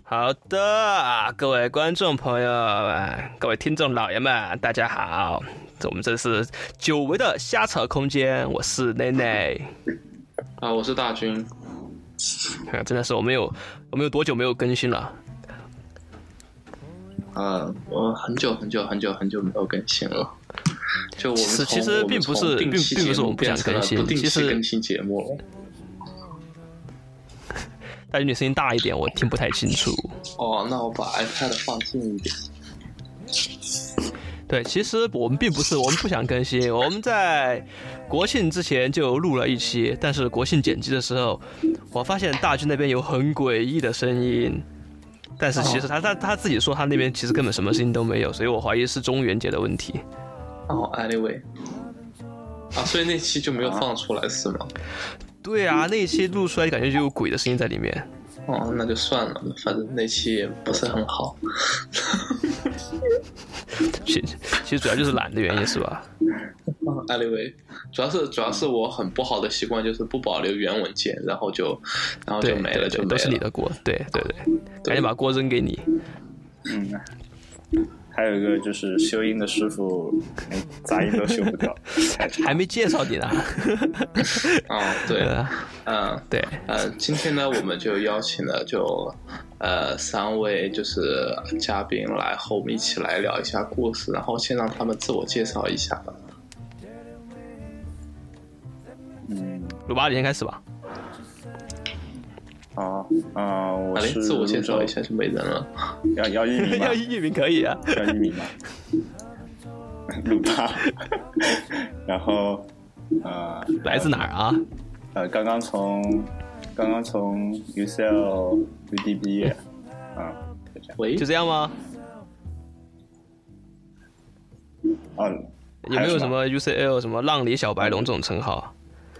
好的，各位观众朋友，各位听众老爷们，大家好！我们这是久违的瞎扯空间，我是内内啊，我是大军。 真的是我们有多久没有更新了？ 我很久没有更新了。就我们其实并不是我们不想更新， 不定期更新节目了。 大军，你声音大一点，我听不太清楚。 哦，那我把 iPad 放近一点。 对，其实我们并不是我们不想更新，我们在国庆之前就录了一期，但是国庆剪辑的时候，我发现大军那边有很诡异的声音，但是其实他自己说他那边其实根本什么声音都没有，所以我怀疑是中元节的问题。 anyway， 所以那期就没有放出来是吗？ 对啊，那一期录出来感觉就有鬼的声音在里面。 那就算了，反正那期也不是很好。 其实主要就是懒的原因是吧 ？anyway， 主要是我很不好的习惯就是不保留原文件，然后就没了，就没了， 都是你的锅，对，赶紧把锅扔给你。 还有一个就是修音的师傅，杂音都修不掉， 还没介绍你呢。 对， 对， 今天呢，我们就邀请了3位就是嘉宾来和我们一起来聊一下故事，然后先让他们自我介绍一下吧。 鲁巴，你先开始吧。 我是自我介绍一下就没人了。 要艺名吗？ 要艺名可以啊。 要艺名吗？鲁巴。然后来自哪儿啊？ 刚刚从 UCL UD 毕业。 就这样吗？有没有什么 UCL 什么浪里小白龙这种称号？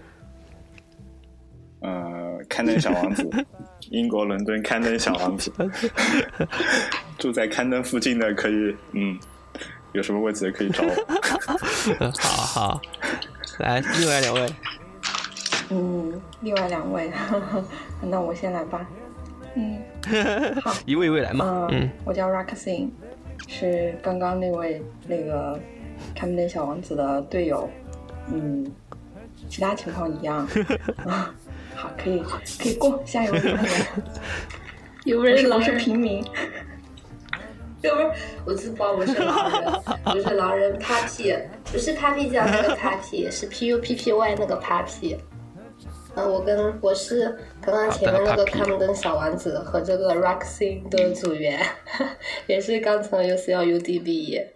刊登小王子，英国伦敦刊登小王子。住在刊登附近的可以，有什么问题可以找我。 好，来，另外2位。 另外2位，那我先来吧。好， 一位一位来嘛。 我叫 Roxanne， 是刚刚那位刊登小王子的队友。其他情况一样。好，可以过下一位。有人老是平民。 要不是我自曝我是狼人，我是狼人 Papi， 不是 Papi 酱那个 Papi， 是 PUPPY 那个 Papi。我是刚刚前面那个看灯小王子和这个 Roxanne 的组员，也是刚从 UCL UD 毕业。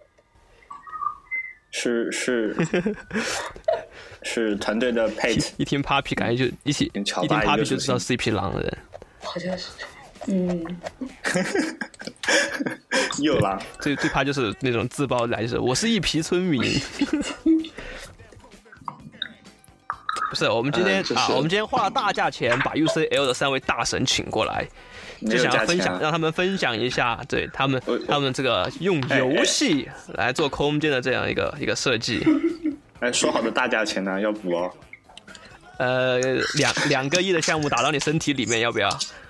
是团队的 Pate。 一听 Papi 感觉就一听 Papi 就知道 CP 狼人。 好像是。 又狼。 最怕就是那种自爆来，就是我是一批村民。不是，我们今天花了大价钱把 UCL 的3位大神请过来，就想要让他们分享一下，对他们这个用游戏来做空间的这样一个设计。 说好的大价钱呢？要补哦。 2个亿的项目打到你身体里面，要不要？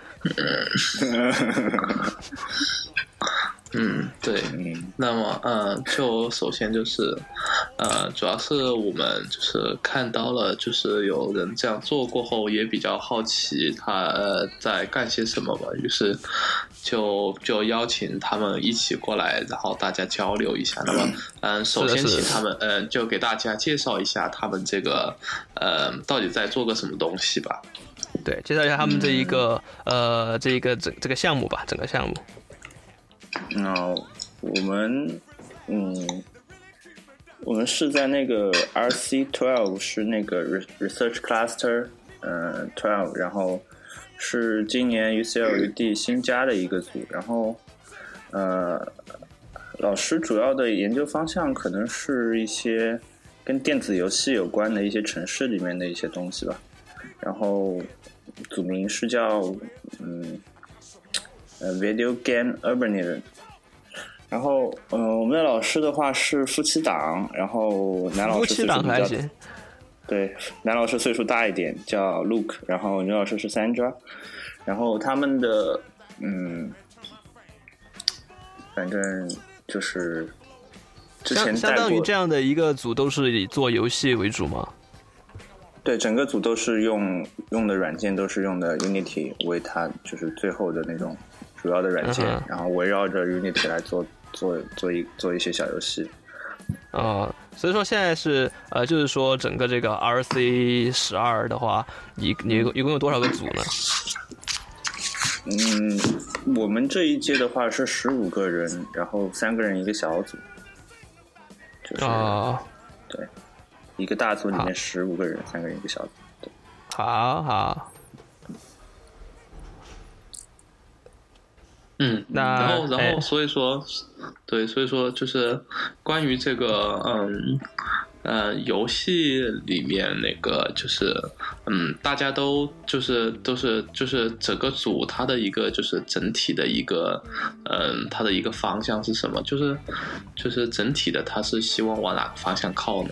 对，那么就首先就是主要是我们就是看到了就是有人这样做过后也比较好奇他在干些什么吧，于是就邀请他们一起过来，然后大家交流一下。那么首先请他们就给大家介绍一下他们这个到底在做个什么东西吧。 对，介绍一下他们这个项目吧，整个项目。 我们是在那个 RC12， 是那个 Research Cluster 12， 然后是今年 UCL UD 新加的一个组，然后老师主要的研究方向可能是一些跟电子游戏有关的一些城市里面的一些东西吧，然后组名是叫Video Game Urbanism。然后我们的老师的话是夫妻档，然后男老师岁数比较对，男老师岁数大一点叫 Luke， 然后女老师是 Sandra， 然后他们的反正就是之前相当于这样的一个组都是以做游戏为主吗？ 对，整个组都是用的软件都是用的 Unity 为它就是最后的那种主要的软件，然后围绕着 Unity 来做一些小游戏。 所以说现在是就是说整个这个 RC12的话，一共有多少个组呢？ 我们这一届的话是15个人，然后3个人一个小组，就是对，一个大组里面15个人，3个人一个小组。对， 好。 然后所以说就是关于这个游戏里面那个就是大家都是整个组它的一个就是整体的一个它的一个方向是什么？就是整体的它是希望往哪个方向靠呢？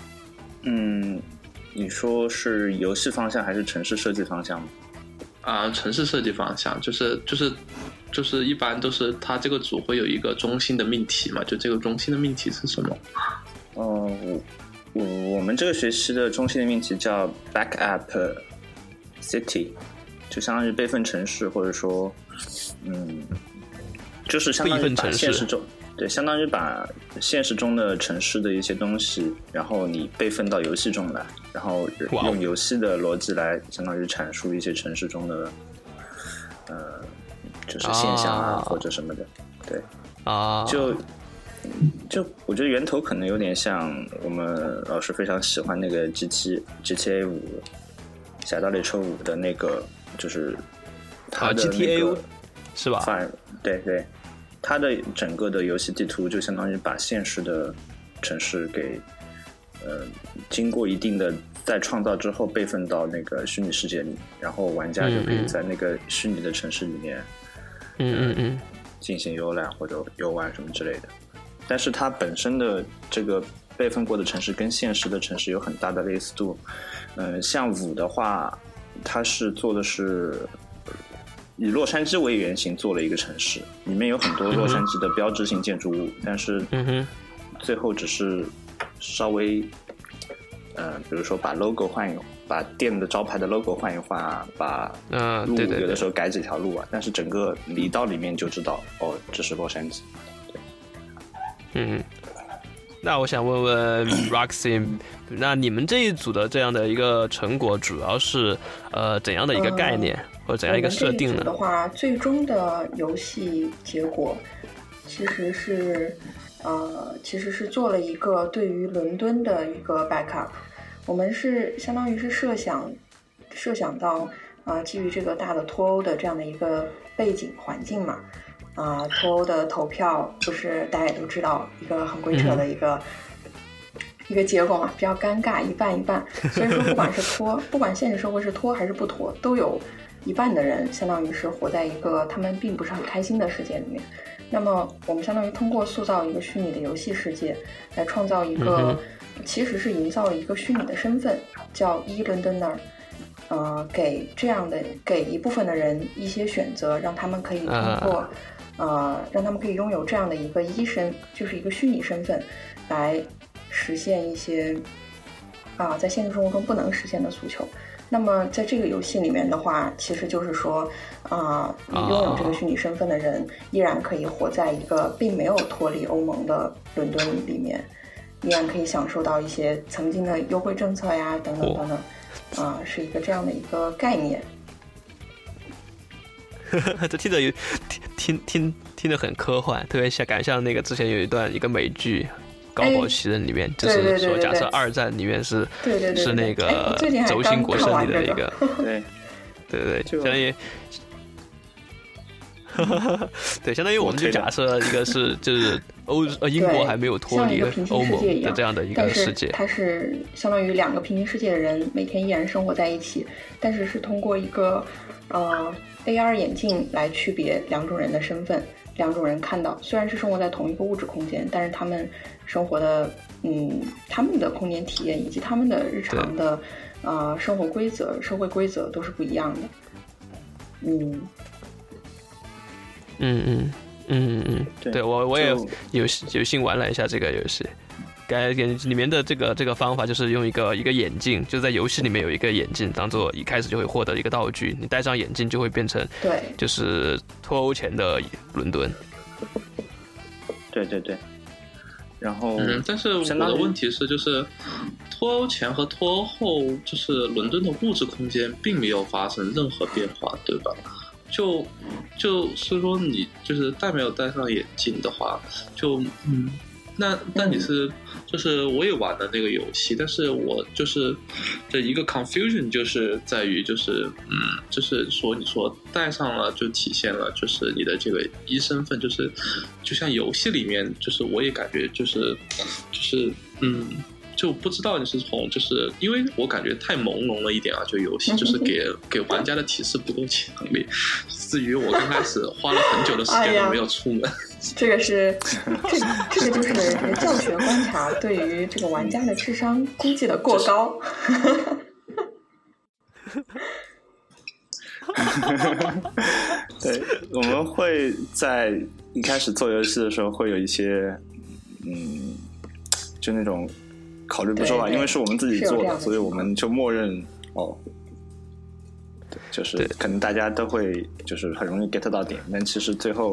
你说是游戏方向还是城市设计方向吗？ 城市设计方向就是一般都是它这个组会有一个中心的命题嘛，就这个中心的命题是什么？ 我们这个学期的中心的命题叫 Backup City， 就相当于备份城市，或者说就是相当于把现实中相当于把现实中的城市的一些东西，然后你备份到游戏中来，然后用游戏的逻辑来相当于阐述一些城市中的就是现象或者什么的。对就我觉得源头可能有点像我们老师非常喜欢那个 GTA 5侠盗猎车5的那个，就是它的那个是吧？ 对，它的整个的游戏地图就相当于把现实的城市给经过一定的再创造之后备份到那个虚拟世界里，然后玩家就可以在那个虚拟的城市里面进行游览或者游玩什么之类的。但是它本身的这个备份过的城市跟现实的城市有很大的类似度。像5的话，它是做的是以洛杉矶为原型做了一个城市，里面有很多洛杉矶的标志性建筑物，但是最后只是稍微比如说把 logo 换一换，把店的招牌的 logo 换一换啊，把路有的时候改几条路啊，但是整个你到里面就知道这是洛杉矶。 那我想问问 Roxy， 那你们这一组的这样的一个成果主要是怎样的一个概念，或者怎样一个设定呢？ 我们这一组的话，最终的游戏结果其实是做了一个对于伦敦的一个 backup。我们是相当于是设想到基于这个大的脱欧的这样的一个背景环境嘛。脱欧的投票不是大家也都知道一个很鬼扯的一个结果嘛，比较尴尬，一半一半。所以说不管现实社会是脱还是不脱，都有一半的人相当于是活在一个他们并不是很开心的世界里面。那么我们相当于通过塑造一个虚拟的游戏世界来创造一个其实是营造了一个虚拟的身份，叫Londoner。给一部分的人一些选择，让他们可以通过让他们可以拥有这样的一个身，就是一个虚拟身份，来实现一些在现实生活中不能实现的诉求。那么在这个游戏里面的话，其实就是说你拥有这个虚拟身份的人依然可以活在一个并没有脱离欧盟的伦敦里面，依然可以享受到一些曾经的优惠政策呀等等等等。是一个这样的一个概念。 这听得很科幻，特别像那个之前有一个美剧《高堡奇人》里面，就是说假设2战里面是那个轴心国胜利的一个，对，相当于。对，相当于我们就假设一个是就是英国还没有脱离欧盟的这样的一个世界， 它是相当于2个平行世界的人每天依然生活在一起，但是是通过一个AR 眼镜来区别2种人的身份。2种人看到虽然是生活在同一个物质空间，但是他们生活的他们的空间体验以及他们的日常的生活规则、社会规则都是不一样的。 对我也有幸玩了一下这个游戏。里面的这个方法就是用一个眼镜，就在游戏里面有一个眼镜，当做一开始就会获得一个道具，你戴上眼镜就会变成就是脱欧前的伦敦。 对，然后但是我的问题是，就是脱欧前和脱欧后，就是伦敦的物质空间并没有发生任何变化，对吧？就是说你就是没有戴上眼镜的话，那你是就是我也玩了那个游戏，但是我就是这一个 confusion 就是在于就是说你说戴上了就体现了就是你的这个身份，就是就像游戏里面就是我也感觉就是就不知道你是从就是因为我感觉太朦胧了一点啊，就游戏就是给玩家的提示不够强烈，至于我刚开始花了很久的时间都没有出门。 这个就是教学观察对于这个玩家的智商估计的过高。 对，我们会在一开始做游戏的时候会有一些就那种考虑不周啊，因为是我们自己做的，所以我们就默认对，就是可能大家都会就是很容易 get 到点，但其实最后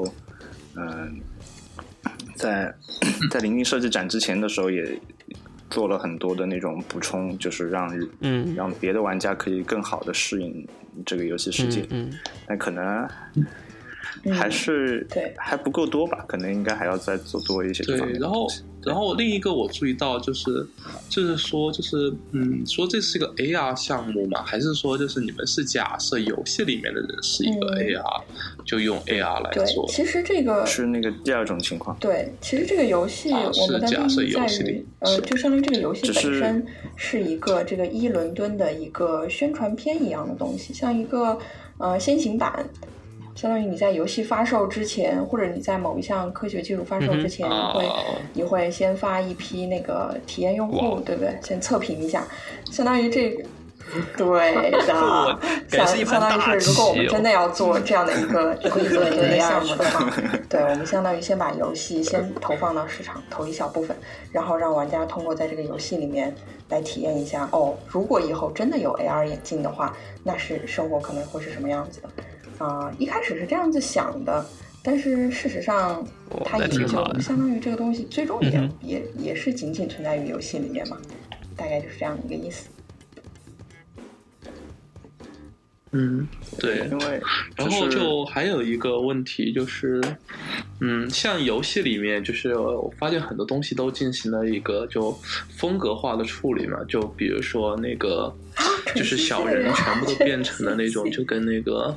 在临近设计展之前的时候也做了很多的那种补充，就是让别的玩家可以更好的适应这个游戏世界。但可能还是还不够多吧，可能应该还要再做多一些这方面的东西。 然后另一个我注意到就是说说这是一个 AR 项目嘛，还是说就是你们是假设游戏里面的人是一个 AR，就用 AR 来做？ 对，其实这个是那个第二种情况。 对，其实这个游戏我们的定义在于就相当于这个游戏本身是一个这个伦敦的一个宣传片一样的东西，像一个先行版。相当于你在游戏发售之前，或者你在某一项科学技术发售之前，你会先发一批那个体验用户，对不对？先测评一下，相当于这个，对的，相当于是如果我们真的要做这样的一个项目的话，对，我们相当于先把游戏先投放到市场，投一小部分，然后让玩家通过在这个游戏里面来体验一下，如果以后真的有 AR 眼镜的话，那是生活可能会是什么样子的。一开始是这样子想的，但是事实上它也就相当于这个东西最终也是仅仅存在于游戏里面嘛，大概就是这样的一个意思。 对，然后就还有一个问题就是，像游戏里面就是我发现很多东西都进行了一个就风格化的处理嘛，就比如说那个就是小人全部都变成了那种就跟那个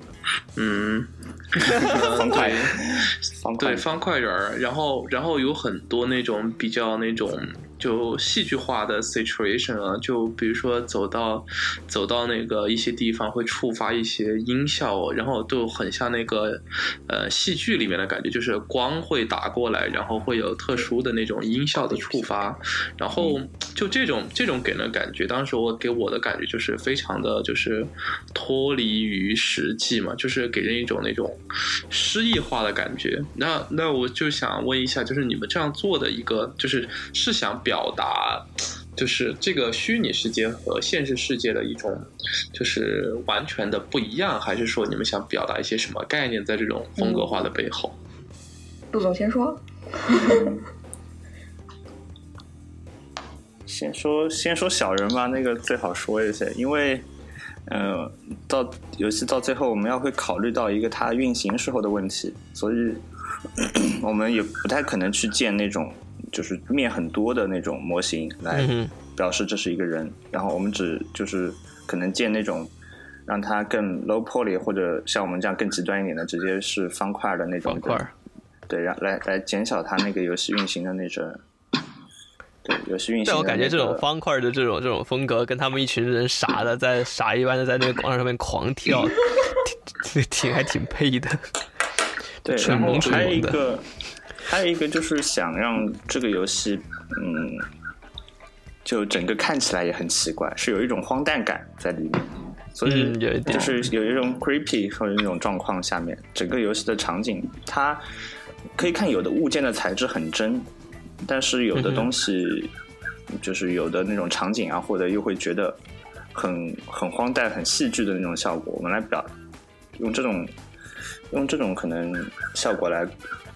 方块人，然后有很多那种比较那种就戏剧化的 situation 啊，就比如说走到那个一些地方会触发一些音效，然后都很像那个戏剧里面的感觉，就是光会打过来，然后会有特殊的那种音效的触发，然后就这种给人感觉，当时给我的感觉就是非常的就是脱离于实际嘛，就是给人一种那种诗意化的感觉。那我就想问一下，就是你们这样做的一个是想表达就是这个虚拟世界和现实世界的一种就是完全的不一样，还是说你们想表达一些什么概念在这种风格化的背后？ 陆总先说。 先说小人吧，那个最好说一些，因为到游戏到最后我们要会考虑到一个它运行时候的问题，所以我们也不太可能去建那种就是面很多的那种模型来表示这是一个人，然后我们就是可能建那种让它更 low poly， 或者像我们这样更极端一点的直接是方块的那种方块，对，来减小它那个游戏运行的那种。对，游戏运行。但我感觉这种方块的这种风格，跟他们一群人傻一般的在那个广场上面狂跳，还挺配的。 对，然后还有一个就是想让这个游戏，就整个看起来也很奇怪，是有一种荒诞感在里面。 所以有一点就是有一种 creepy 或者那种状况下面，整个游戏的场景，它可以看有的物件的材质很真，但是有的东西就是有的那种场景啊，或者又会觉得很荒诞、很戏剧的那种效果。我们来用这种可能效果来，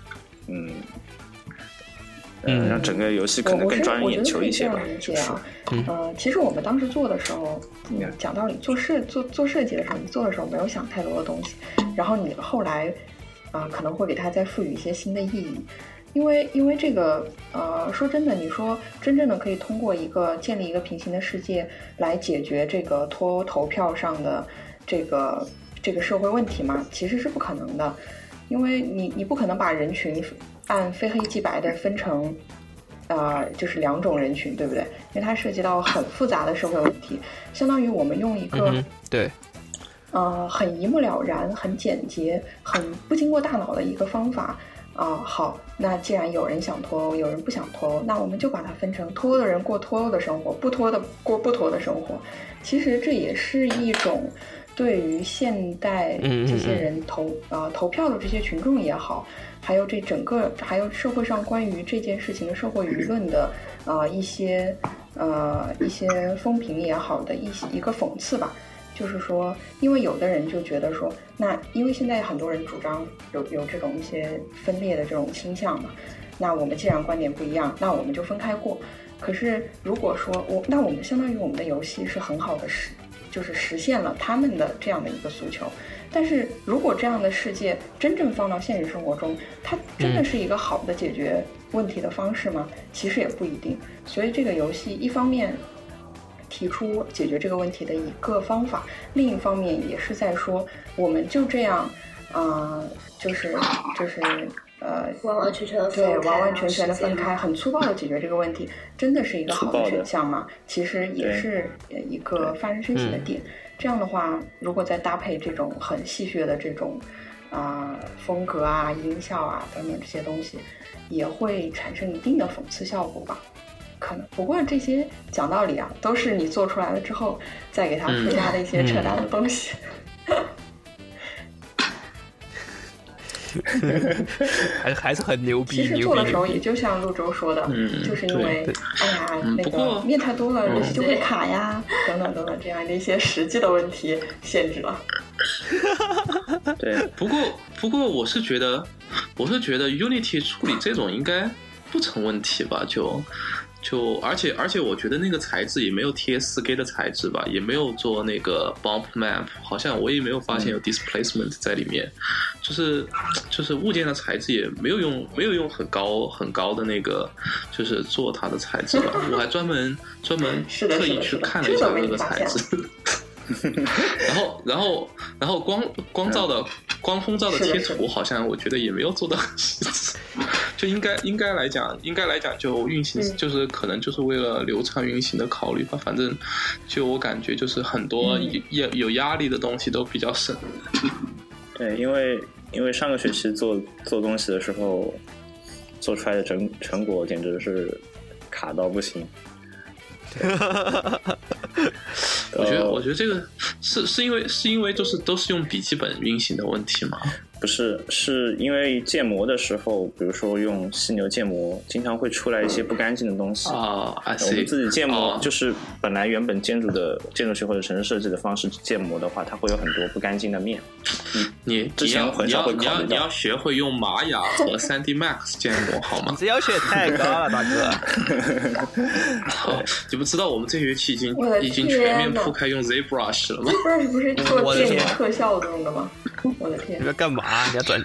让整个游戏可能更抓人眼球一些吧。 其实我们当时做的时候，讲道理，做设计的时候，你做的时候没有想太多的东西，然后你后来可能会给它再赋予一些新的意义。因为这个说真的，你说真正的可以通过建立一个平行的世界来解决这个拖投票上的这个社会问题吗？其实是不可能的，因为你不可能把人群按非黑即白的分成就是两种人群，对不对？因为它涉及到很复杂的社会问题，相当于我们用一个对很一目了然、很简洁、很不经过大脑的一个方法好，那既然有人想脱欧，有人不想脱欧，那我们就把它分成脱欧的人过脱欧的生活，不脱的过不脱的生活。其实这也是一种对于现代这些人投票的这些群众也好，还有还有社会上关于这件事情的社会舆论的一些风评也好的一个讽刺吧。就是说，因为有的人就觉得说，那因为现在很多人主张有这种一些分裂的这种倾向嘛，那我们既然观点不一样，那我们就分开过。可是如果说那我们相当于我们的游戏是很好的就是实现了他们的这样的一个诉求。但是如果这样的世界真正放到现实生活中，它真的是一个好的解决问题的方式吗？其实也不一定。所以这个游戏一方面提出解决这个问题的一个方法，另一方面也是在说，我们就这样，就是完完全全的对，完完全全的分开，很粗暴的解决这个问题，真的是一个好的选项吗？其实也是一个发人深省的点。这样的话，如果再搭配这种很戏谑的这种风格啊、音效啊等等这些东西，也会产生一定的讽刺效果吧。可能，不过这些讲道理都是你做出来了之后再给它附加的一些扯淡的东西。 还是很牛逼。 其实做的时候也就像陆舟说的，就是因为那个面太多了，游戏就会卡呀，等等等等这样的一些实际的问题限制了。 对， 不过我是觉得 Unity 处理这种应该不成问题吧？而且我觉得那个材质也没有贴 4K 的材质吧，也没有做那个 bump map， 好像我也没有发现有 displacement 在里面，就是物件的材质也没有用很高的那个，就是做它的材质吧。我还专门特意去看了一下那个材质。然后光风照的贴图好像我觉得也没有做到很细致，就应该来讲就运行就是可能就是为了流畅运行的考虑吧。反正就我感觉就是很多有压力的东西都比较省。 对，因为上个学期做东西的时候做出来的成果简直是卡到不行。 我觉得这个是因为就是都是用笔记本运行的问题吗？ 不是，是因为建模的时候，比如说用犀牛建模，经常会出来一些不干净的东西。我们自己建模就是本来原本建筑学或者城市设计的方式建模的话，它会有很多不干净的面。 你之前很少会考虑到。 你要学会用玛雅和 3D Max 建模好吗？ 你这要求也太高了，大哥。 你不知道我们这学期已经全面铺开用 ZBrush 了吗 ？ZBrush 不是做建模特效用的吗？我的天！ 你要干嘛？你要转？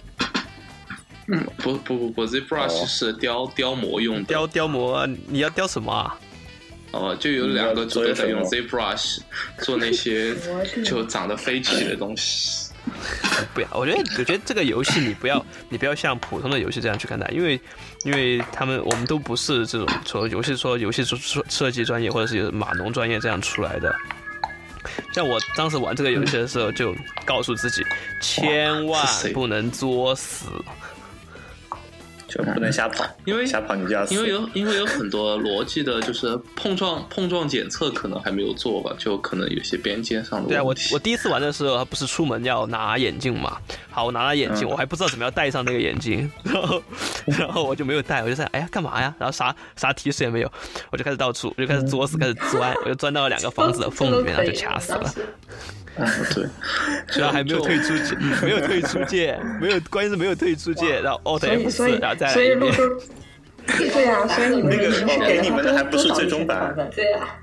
不 ，ZBrush 是雕模用的。 雕模，你要雕什么啊？ 就有2个组都在用 ZBrush 做那些就长得飞起的东西。 不要，我觉得这个游戏你不要像普通的游戏这样去看待，因为我们都不是这种说游戏设计专业或者是码农专业这样出来的。像我当时玩这个游戏的时候，就告诉自己千万不能作死。 就不能瞎跑， 因为瞎跑你就要死。 因为有很多逻辑的，就是碰撞检测可能还没有做吧，就可能有些边界上的问题。 对啊，我第一次玩的时候，不是出门要拿眼镜嘛？好，我拿了眼镜，我还不知道怎么样戴上那个眼镜，然后我就没有戴，我就在哎呀干嘛呀？然后啥提示也没有，我就开始到处，我就开始作死，开始钻，我就钻到了2个房子的缝里面，然后就卡死了。 对， 虽然还没有退出界，没有退出界，关键是没有退出界，然后 Alt F4，然后再来一遍。 对啊，所以你们那个给你们的还不是最终版， 对啊，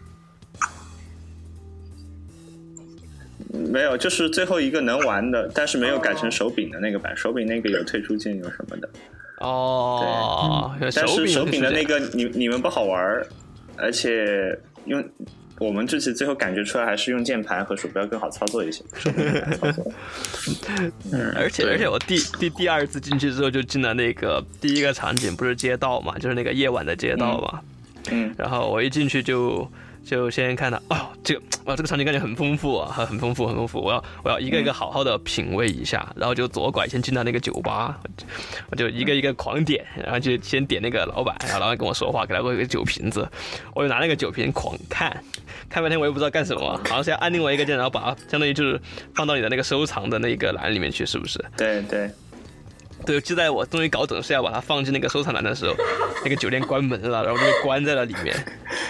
没有，就是最后一个能玩的，但是没有改成手柄的那个版，手柄那个有退出键有什么的。 哦， 但是手柄的那个你们不好玩，而且用。我们这次最后感觉出来还是用键盘和鼠标更好操作一些，手柄更难操作。 而且我第二次进去之后就进了那个第一个场景，不是街道嘛，就是那个夜晚的街道嘛。然后我一进去就先看到这个场景感觉很丰富啊，很丰富。我要一个一个好好的品味一下，然后就左拐先进到那个酒吧，我就一个一个狂点，然后就先点那个老板，然后老板跟我说话，给他过一个酒瓶子，我就拿那个酒瓶狂看半天，我也不知道干什么，好像是要按另外一个键，然后把它相当于就是放到你的那个收藏的那个栏里面去，是不是？对，就在我终于搞懂是要把它放进那个收藏栏的时候，那个酒店关门了，然后就被关在了里面。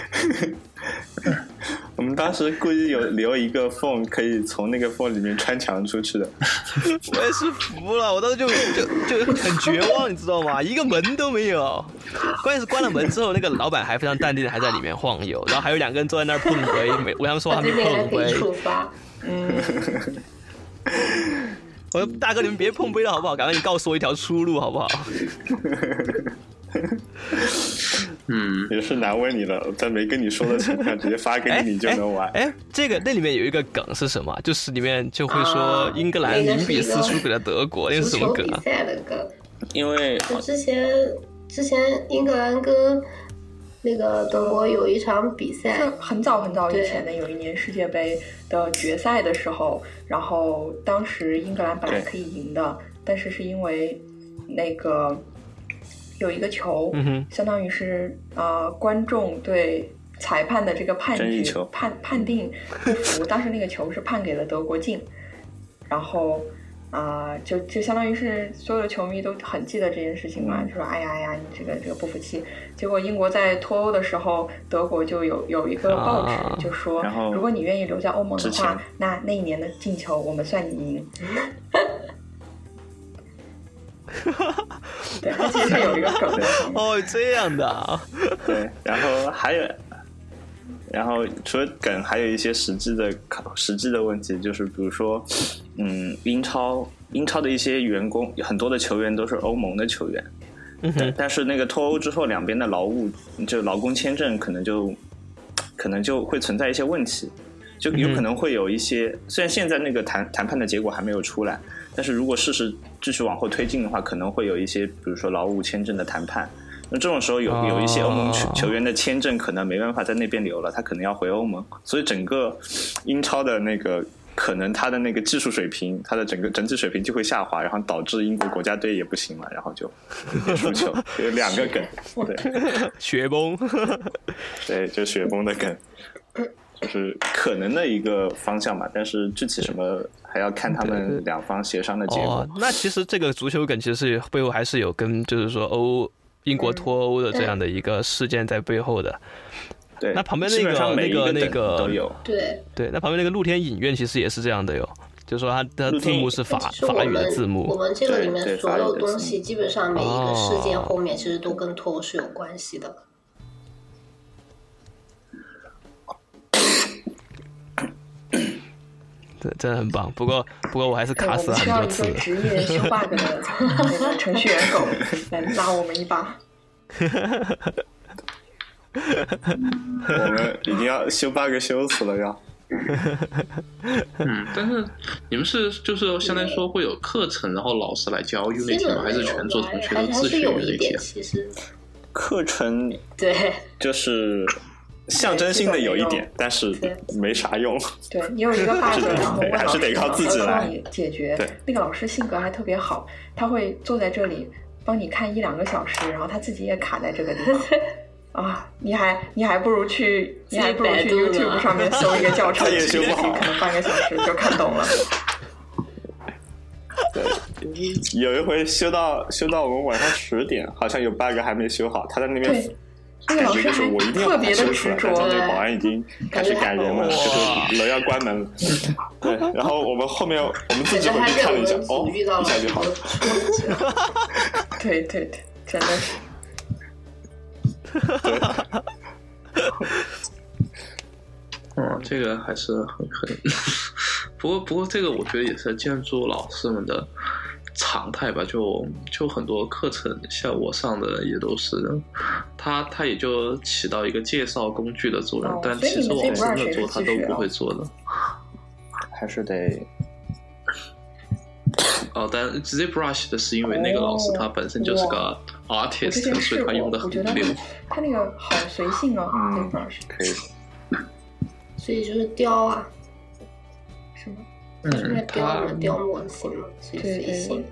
我们当时故意有留一个缝，可以从那个缝里面穿墙出去的。 我也是服了，我当时就很绝望，你知道吗？一个门都没有。关键是关了门之后，那个老板还非常淡定的还在里面晃悠，然后还有2个人坐在那儿碰杯，我跟他们说他们碰杯。我说大哥，你们别碰杯了好不好？赶快你告诉我一条出路好不好？ 也是难为你了，在没跟你说的情况下直接发给你，你就能玩。 这个那里面有一个梗是什么？就是里面就会说英格兰0-4输给了德国，那是什么梗啊？ 因为之前英格兰跟那个德国有一场比赛， 是很早以前的，有一年世界杯的决赛的时候，然后当时英格兰本来可以赢的，但是是因为那个有一个球，相当于是观众对裁判的这个判决判定不服，当时那个球是判给了德国进，然后就相当于是所有的球迷都很记得这件事情嘛，就说哎呀你这个不服气。结果英国在脱欧的时候，德国就有一个报纸就说，如果你愿意留在欧盟的话，那一年的进球我们算你赢。对，它其实是有一个梗的。 这样的啊。 对，然后除了梗，还有一些实际的问题，就是比如说，英超的一些员工，很多的球员都是欧盟的球员，但是那个脱欧之后，两边的劳工签证可能就会存在一些问题，就有可能会有一些，虽然现在那个谈判的结果还没有出来，但是如果事实继续往后推进的话，可能会有一些，比如说劳务签证的谈判。那这种时候有一些欧盟球员的签证可能没办法在那边留了，他可能要回欧盟，所以整个英超的那个可能他的那个技术水平，他的整体水平就会下滑，然后导致英国国家队也不行了，然后就输球。有2个梗，对， 雪崩， 对，就雪崩的梗，就是可能的一个方向嘛，但是具体什么还要看他们两方协商的结果。 那其实这个足球梗其实是背后还是有跟就是说英国脱欧的这样的一个事件在背后的。 对， 那旁边那个都有。 对，那旁边那个露天影院其实也是这样的哟，就是说它的字幕是法语的字幕。 我们这个里面所有东西，基本上每一个事件后面其实都跟脱欧是有关系的。 对，真的很棒。不过我还是卡死了很多次。 我们需要一个职业修 bug 的那个程序员狗来拉我们一把。 我们已经要修 bug 修死了要。 但是你们是就是相当于说会有课程，然后老师来教 Unity 吗？还是全做同学都自学 Unity？ 其实课程对， 就是象征性的有一点，但是没啥用。 对，你有一个 bug， 然后还是得靠自己来解决。那个老师性格还特别好，他会坐在这里帮你看1-2个小时，然后他自己也卡在这个地方。啊，你还不如去 YouTube 上面搜一个教程， 他也修不好， 可能半个小时就看懂了。 对，有一回修到我们晚上10点，好像有bug还没修好，他在那边那个老师还我一定要特别的修出来， 执着， 但是那个保安已经开始赶人了，就是楼要关门了。对，然后我们后面我们自己回去看了一下，哦，一下就好了。 对，真的是。 对。 这个还是很不过这个我觉得也是建筑老师们的常态吧，就很多课程像我上的也都是，他也就起到一个介绍工具的作用，但其实往深的做他都不会做的， 还是得。 但ZBrush 的是因为那个老师他本身就是个 artist， 所以他用的很溜。 他那个好随性哦，ZBrush 可以。 所以就是雕啊， 是吗？ 就是雕模型嘛，所以随性。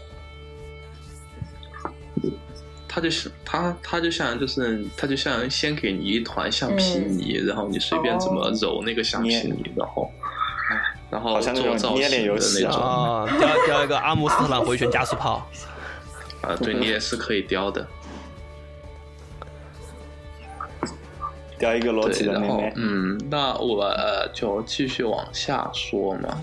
他就像先给你一团橡皮泥，然后你随便怎么揉那个橡皮泥，然后做造型的那种啊，雕一个阿姆斯特朗回旋加速炮啊，对你也是可以雕的。 雕一个裸体的妹妹。 那我就继续往下说嘛。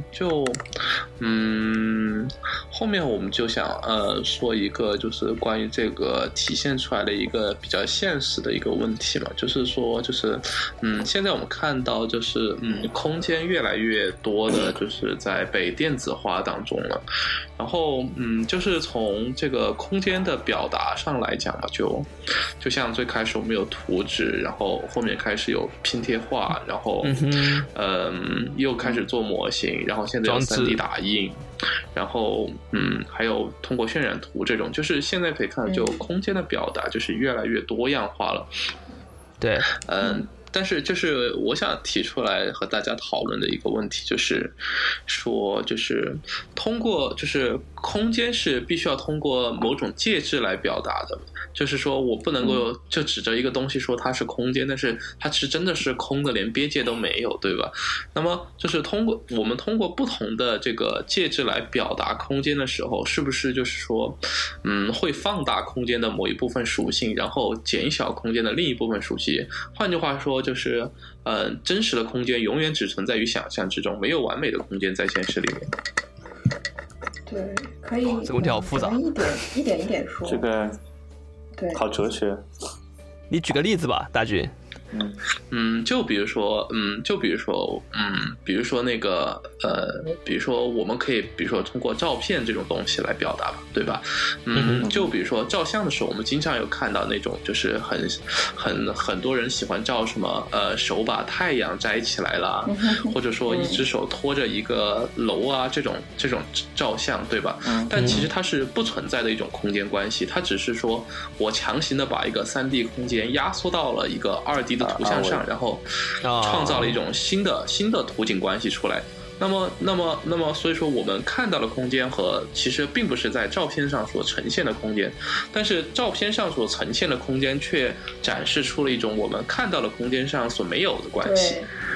后面我们就想说一个就是关于这个体现出来的一个比较现实的一个问题嘛，就是说现在我们看到就是空间越来越多的就是在被电子化当中了，然后就是从这个空间的表达上来讲嘛，就像最开始我们有图纸，然后后面开始有拼贴画，然后又开始做模型，然后现在有 3D 打印，然后还有通过渲染图这种，就是现在可以看到就空间的表达就是越来越多样化了。 对， 但是就是我想提出来和大家讨论的一个问题，就是说就是通过就是空间是必须要通过某种介质来表达的，就是说我不能够就指着一个东西说它是空间，但是它是真的是空的，连边界都没有，对吧？那么就是我们通过不同的这个介质来表达空间的时候，是不是就是说会放大空间的某一部分属性，然后减小空间的另一部分属性？换句话说就是真实的空间永远只存在于想象之中，没有完美的空间在现实里面。 对，可以。 这个问题好复杂， 一点说。 这个对， 好哲学。 你举个例子吧，大军。 就比如说那个比如说我们可以比如说通过照片这种东西来表达吧，对吧？就比如说照相的时候，我们经常有看到那种就是很多人喜欢照什么手把太阳摘起来啦，或者说一只手托着一个楼啊这种照相，对吧？但其实它是不存在的一种空间关系，它只是说我强行的把一个3D 空间压缩到了一个2D 的图像上，然后创造了一种新的图景关系出来。那么，所以说我们看到的空间和其实并不是在照片上所呈现的空间，但是照片上所呈现的空间却展示出了一种我们看到的空间上所没有的关系。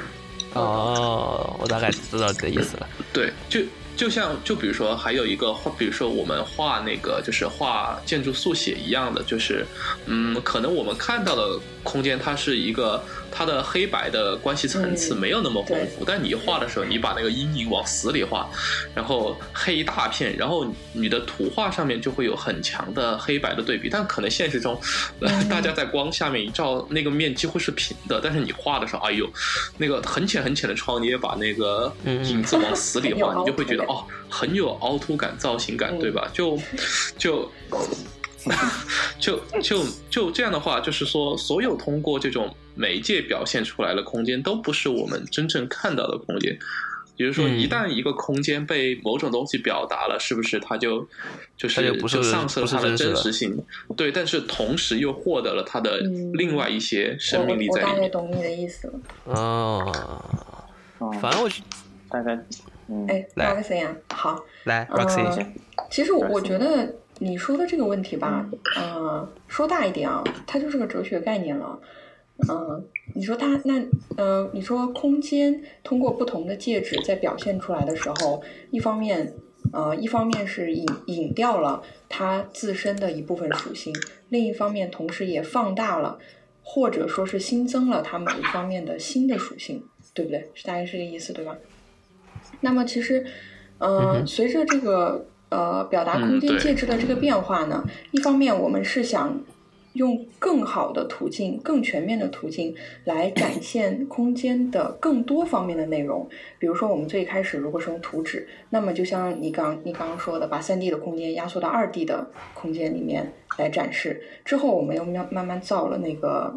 我大概知道这个意思了。 对，就比如说还有一个，比如说我们画那个就是画建筑速写一样的，就是可能我们看到的空间它是一个它的黑白的关系层次没有那么丰富，但你画的时候你把那个阴影往死里画，然后黑一大片，然后你的图画上面就会有很强的黑白的对比，但可能现实中大家在光下面一照，那个面几乎是平的，但是你画的时候哎呦那个很浅的窗你也把那个影子往死里画，你就会觉得很有凹凸感造型感，对吧？就这样的话，就是说所有通过这种媒介表现出来的空间都不是我们真正看到的空间。比如说一旦一个空间被某种东西表达了，是不是它就丧失了它的真实性？对，但是同时又获得了它的另外一些生命力在里面。 我大概懂你的意思了。 反正我大概 Roxy 啊，好， 来 Roxy， 其实我觉得你说的这个问题吧，说大一点啊，它就是个哲学概念了。你说你说空间通过不同的介质在表现出来的时候，一方面是隐掉了它自身的一部分属性，另一方面同时也放大了，或者说是新增了它某一方面的新的属性，对不对？大概是这个意思，对吧？那么其实，随着这个表达空间介质的这个变化呢，一方面我们是想用更好的途径、更全面的途径来展现空间的更多方面的内容。比如说，我们最开始如果是用图纸，那么就像你刚刚说的，把 3D 的空间压缩到2D 的空间里面来展示。之后，我们又慢慢造了那个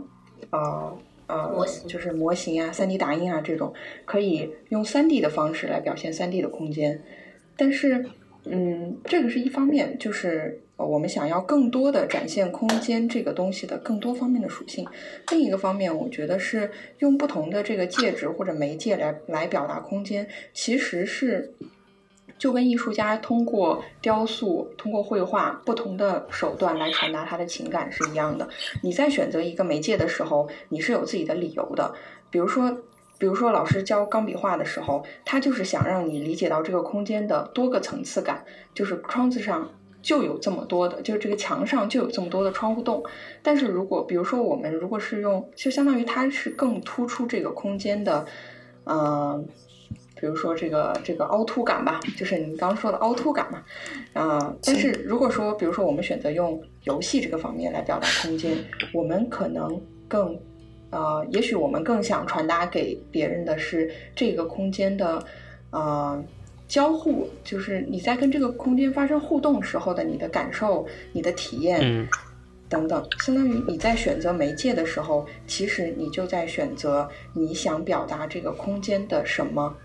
就是模型啊、3D 打印啊这种，可以用 3D 的方式来表现 3D 的空间。但是，这个是一方面，就是我们想要更多的展现空间这个东西的更多方面的属性。另一个方面，我觉得是用不同的这个介质或者媒介来表达空间，其实是就跟艺术家通过雕塑、通过绘画不同的手段来传达他的情感是一样的。你在选择一个媒介的时候，你是有自己的理由的。比如说老师教钢笔画的时候，他就是想让你理解到这个空间的多个层次感，就是窗子上就有这么多的，就是这个墙上就有这么多的窗户洞。但是比如说我们如果是用，就相当于它是更突出这个空间的比如说这个凹凸感吧，就是你刚刚说的凹凸感嘛，但是如果说比如说我们选择用游戏这个方面来表达空间，我们可能也许我们更想传达给别人的是这个空间的交互，就是你在跟这个空间发生互动时候的你的感受、你的体验等等，相当于你在选择媒介的时候，其实你就在选择你想表达这个空间的什么。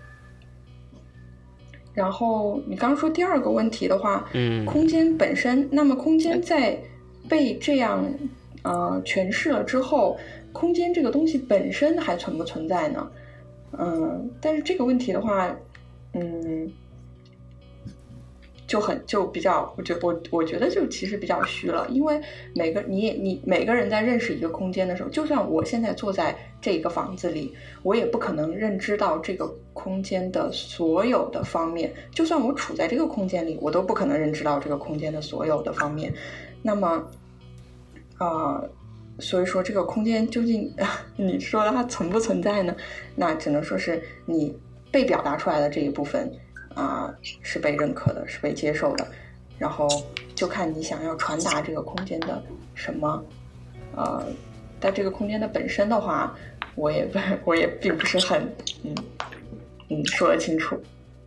然后你刚刚说第二个问题的话，空间本身，那么空间在被这样诠释了之后，空间这个东西本身还存不存在呢？但是这个问题的话，就比较，我觉得就其实比较虚了，因为每个人在认识一个空间的时候，就算我现在坐在这个房子里，我也不可能认知到这个空间的所有的方面，就算我处在这个空间里，我都不可能认知到这个空间的所有的方面。那么所以说这个空间究竟你说它存不存在呢？那只能说是你被表达出来的这一部分是被认可的，是被接受的，然后就看你想要传达这个空间的什么。但这个空间的本身的话，我也并不是很说得清楚。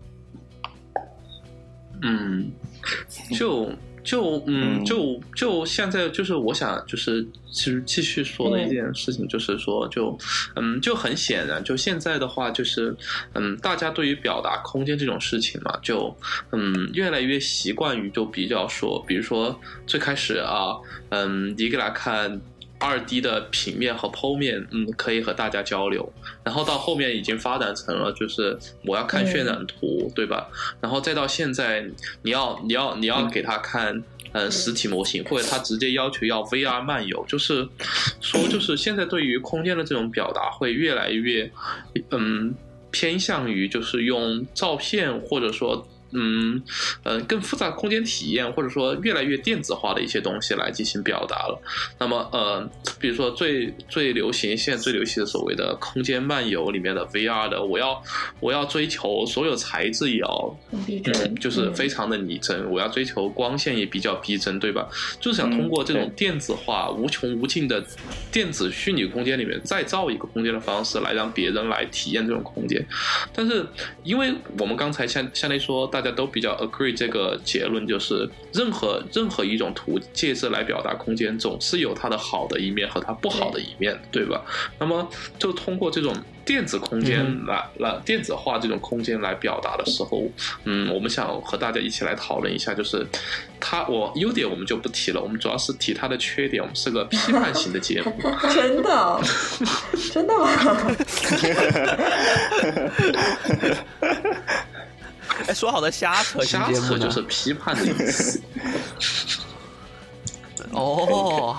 就现在就是我想就是其实继续说的一件事情，就是说就很显然，就现在的话就是大家对于表达空间这种事情嘛，就越来越习惯于就比较说，比如说最开始一个来看2D 的平面和剖面，可以和大家交流，然后到后面已经发展成了就是我要看渲染图，对吧？然后再到现在你要给他看实体模型，或者他直接要求要 VR 漫游，就是说就是现在对于空间的这种表达会越来越偏向于就是用照片或者说更复杂的空间体验，或者说越来越电子化的一些东西来进行表达了。那么比如说最流行现在最流行的所谓的空间漫游里面的 VR 的，我要追求所有材质也要就是非常的拟真，我要追求光线也比较逼真，对吧？就是想通过这种电子化无穷无尽的电子虚拟空间里面再造一个空间的方式来让别人来体验这种空间。但是因为我们刚才相当于说大家都比较 agree 这个结论，就是任何一种介质来表达空间总是有它的好的一面和它不好的一面，对吧？那么就通过这种电子空间来电子化这种空间来表达的时候，我们想和大家一起来讨论一下，就是优点我们就不提了，我们主要是提它的缺点，我们是个批判型的节目。 真的真的吗？ 说好的瞎扯型节目呢？ 瞎扯就是批判的意思。 哦，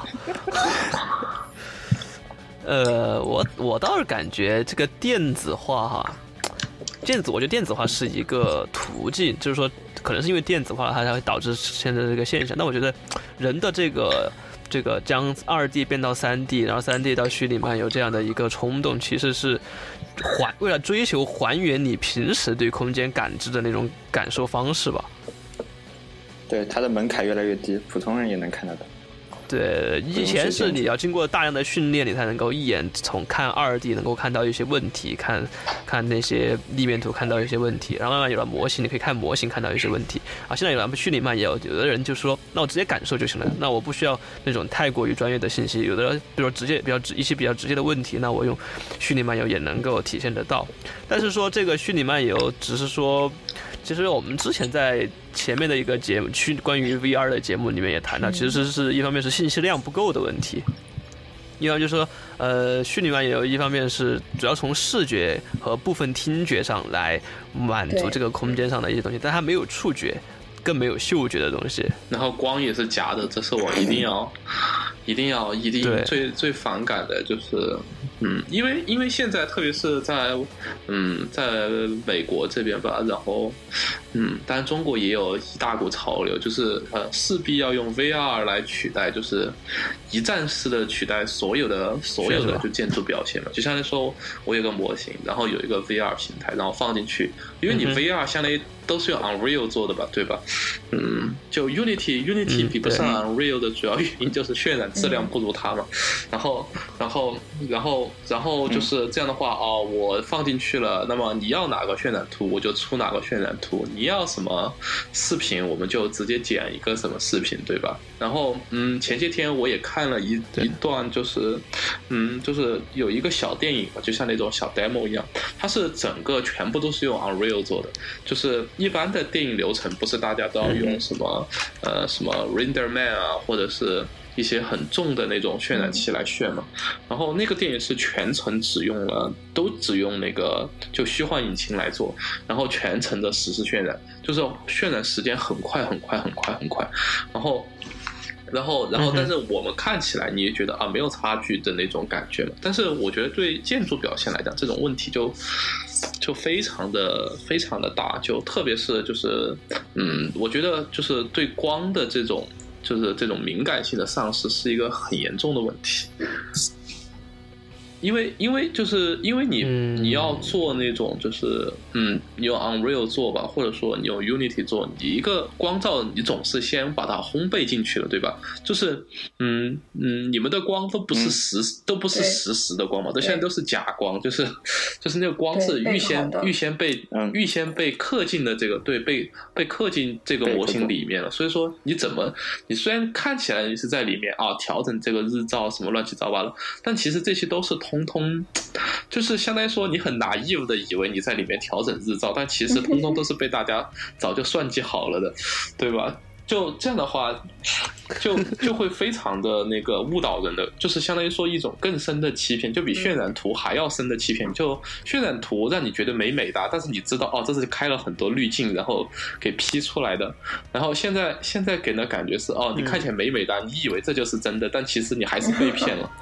我倒是感觉这个电子化哈，我觉得电子化是一个途径，就是说可能是因为电子化它才会导致现在这个现象。但我觉得人的这个将2D 变到3D， 然后3D 到虚拟漫游这样的一个冲动，其实是为了追求还原你平时对空间感知的那种感受方式吧。 对，它的门槛越来越低，普通人也能看得到。 对，以前是你要经过大量的训练，你才能够一眼从看2D能够看到一些问题，看那些立面图看到一些问题，然后慢慢有了模型，你可以看模型看到一些问题。啊，现在有了虚拟漫游，有的人就说，那我直接感受就行了，那我不需要那种太过于专业的信息。有的人比如说一些比较直接的问题，那我用虚拟漫游也能够体现得到。但是说这个虚拟漫游只是说，其实我们之前在前面的一个节目关于 VR 的节目里面也谈到，其实是一方面是信息量不够的问题，一方面就是说虚拟漫游一方面是主要从视觉和部分听觉上来满足这个空间上的一些东西，但它没有触觉更没有嗅觉的东西， 然后光也是假的，这是我一定最反感的，就是因为现在特别是在美国这边吧，然后当然中国也有一大股潮流，就是势必要用 VR 来取代，就是一站式的取代所有的就建筑表现嘛。就相当于说我有个模型，然后有一个 VR 平台，然后放进去，因为你 VR 相当于都是用 Unreal 做的吧，对吧？就 Unity 比不上 Unreal 的主要原因就是渲染质量不如它嘛。然后就是这样的话我放进去了，那么你要哪个渲染图我就出哪个渲染图，你要什么视频我们就直接剪一个什么视频，对吧？然后前些天我也看了一段，就是就是有一个小电影，就像那种小 demo 一样，它是整个全部都是用 Unreal 做的。就是一般的电影流程不是大家都要用什么RenderMan 啊，或者是一些很重的那种渲染器来渲嘛。然后那个电影是全程只用那个就虚幻引擎来做，然后全程的实时渲染，就是渲染时间很快，然后但是我们看起来你也觉得没有差距的那种感觉嘛。但是我觉得对建筑表现来讲，这种问题就非常的大，就特别是就是我觉得就是对光的这种敏感性的丧失是一个很严重的问题。因为你要做那种就是你用 Unreal 做吧，或者说你用 Unity 做，你一个光照你总是先把它烘焙进去了，对吧？就是你们的光都不是实时的光嘛，都现在都是假光，就是那个光是预先被刻进的这个被刻进这个模型里面了。所以说你虽然看起来你是在里面调整这个日照什么乱七八糟的，但其实这些都是通就是相当于说你很naive的以为你在里面调整日照，但其实通通都是被大家早就算计好了的，对吧？就这样的话就会非常的那个误导人的，就是相当于说一种更深的欺骗，就比渲染图还要深的欺骗。就渲染图让你觉得美美的，但是你知道这是开了很多滤镜然后给 P 出来的。然后现在给人的感觉是你看起来美美的，你以为这就是真的，但其实你还是被骗了。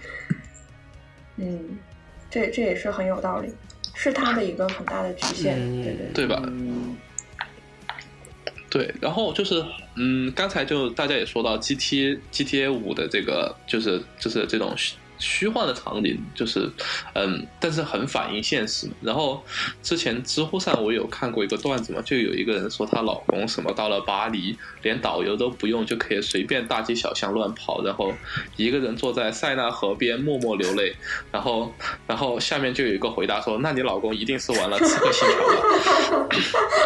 这也是很有道理，是它的一个很大的局限， 对吧？对，然后就是刚才就大家也说到 GTA 5的这个就是这种虚幻的场景，就是但是很反映现实。然后之前知乎上我有看过一个段子嘛，就有一个人说她老公什么到了巴黎连导游都不用就可以随便大街小巷乱跑，然后一个人坐在塞纳河边默默流泪，然后下面就有一个回答说，那你老公一定是玩了刺客信条吧。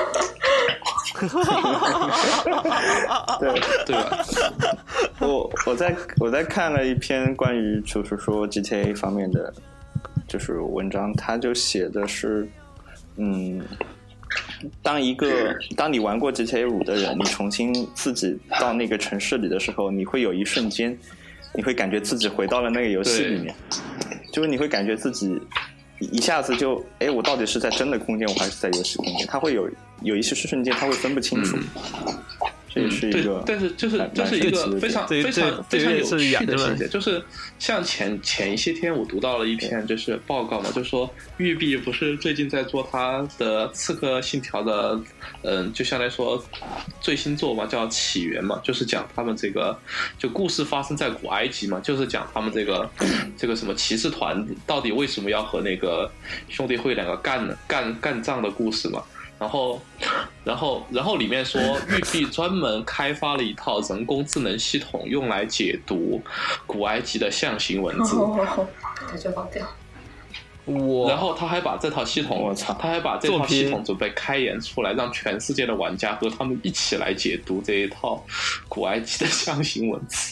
对吧？ 我在看了一篇关于就是说 GTA 方面的就是文章，他就写的是当你玩过 GTA 5的人，你重新自己到那个城市里的时候，你会有一瞬间你会感觉自己回到了那个游戏里面，就是你会感觉自己一下子就我到底是在真的空间我还是在游戏空间，他会有一些瞬间他会分不清楚。 这也是一个， 但是这是一个非常有趣的细节，就是像前一些天我读到了一篇就是报告嘛，就是说育碧不是最近在做他的《刺客信条》的，就相当于说最新作嘛，叫《起源》嘛，就是讲他们这个就故事发生在古埃及嘛，就是讲他们这个什么骑士团到底为什么要和那个兄弟会两个干仗的故事嘛。然后里面说，育碧专门开发了一套人工智能系统，用来解读古埃及的象形文字。 感觉好屌！ 然后他还把这套系统准备开源出来，让全世界的玩家和他们一起来解读这一套古埃及的象形文字。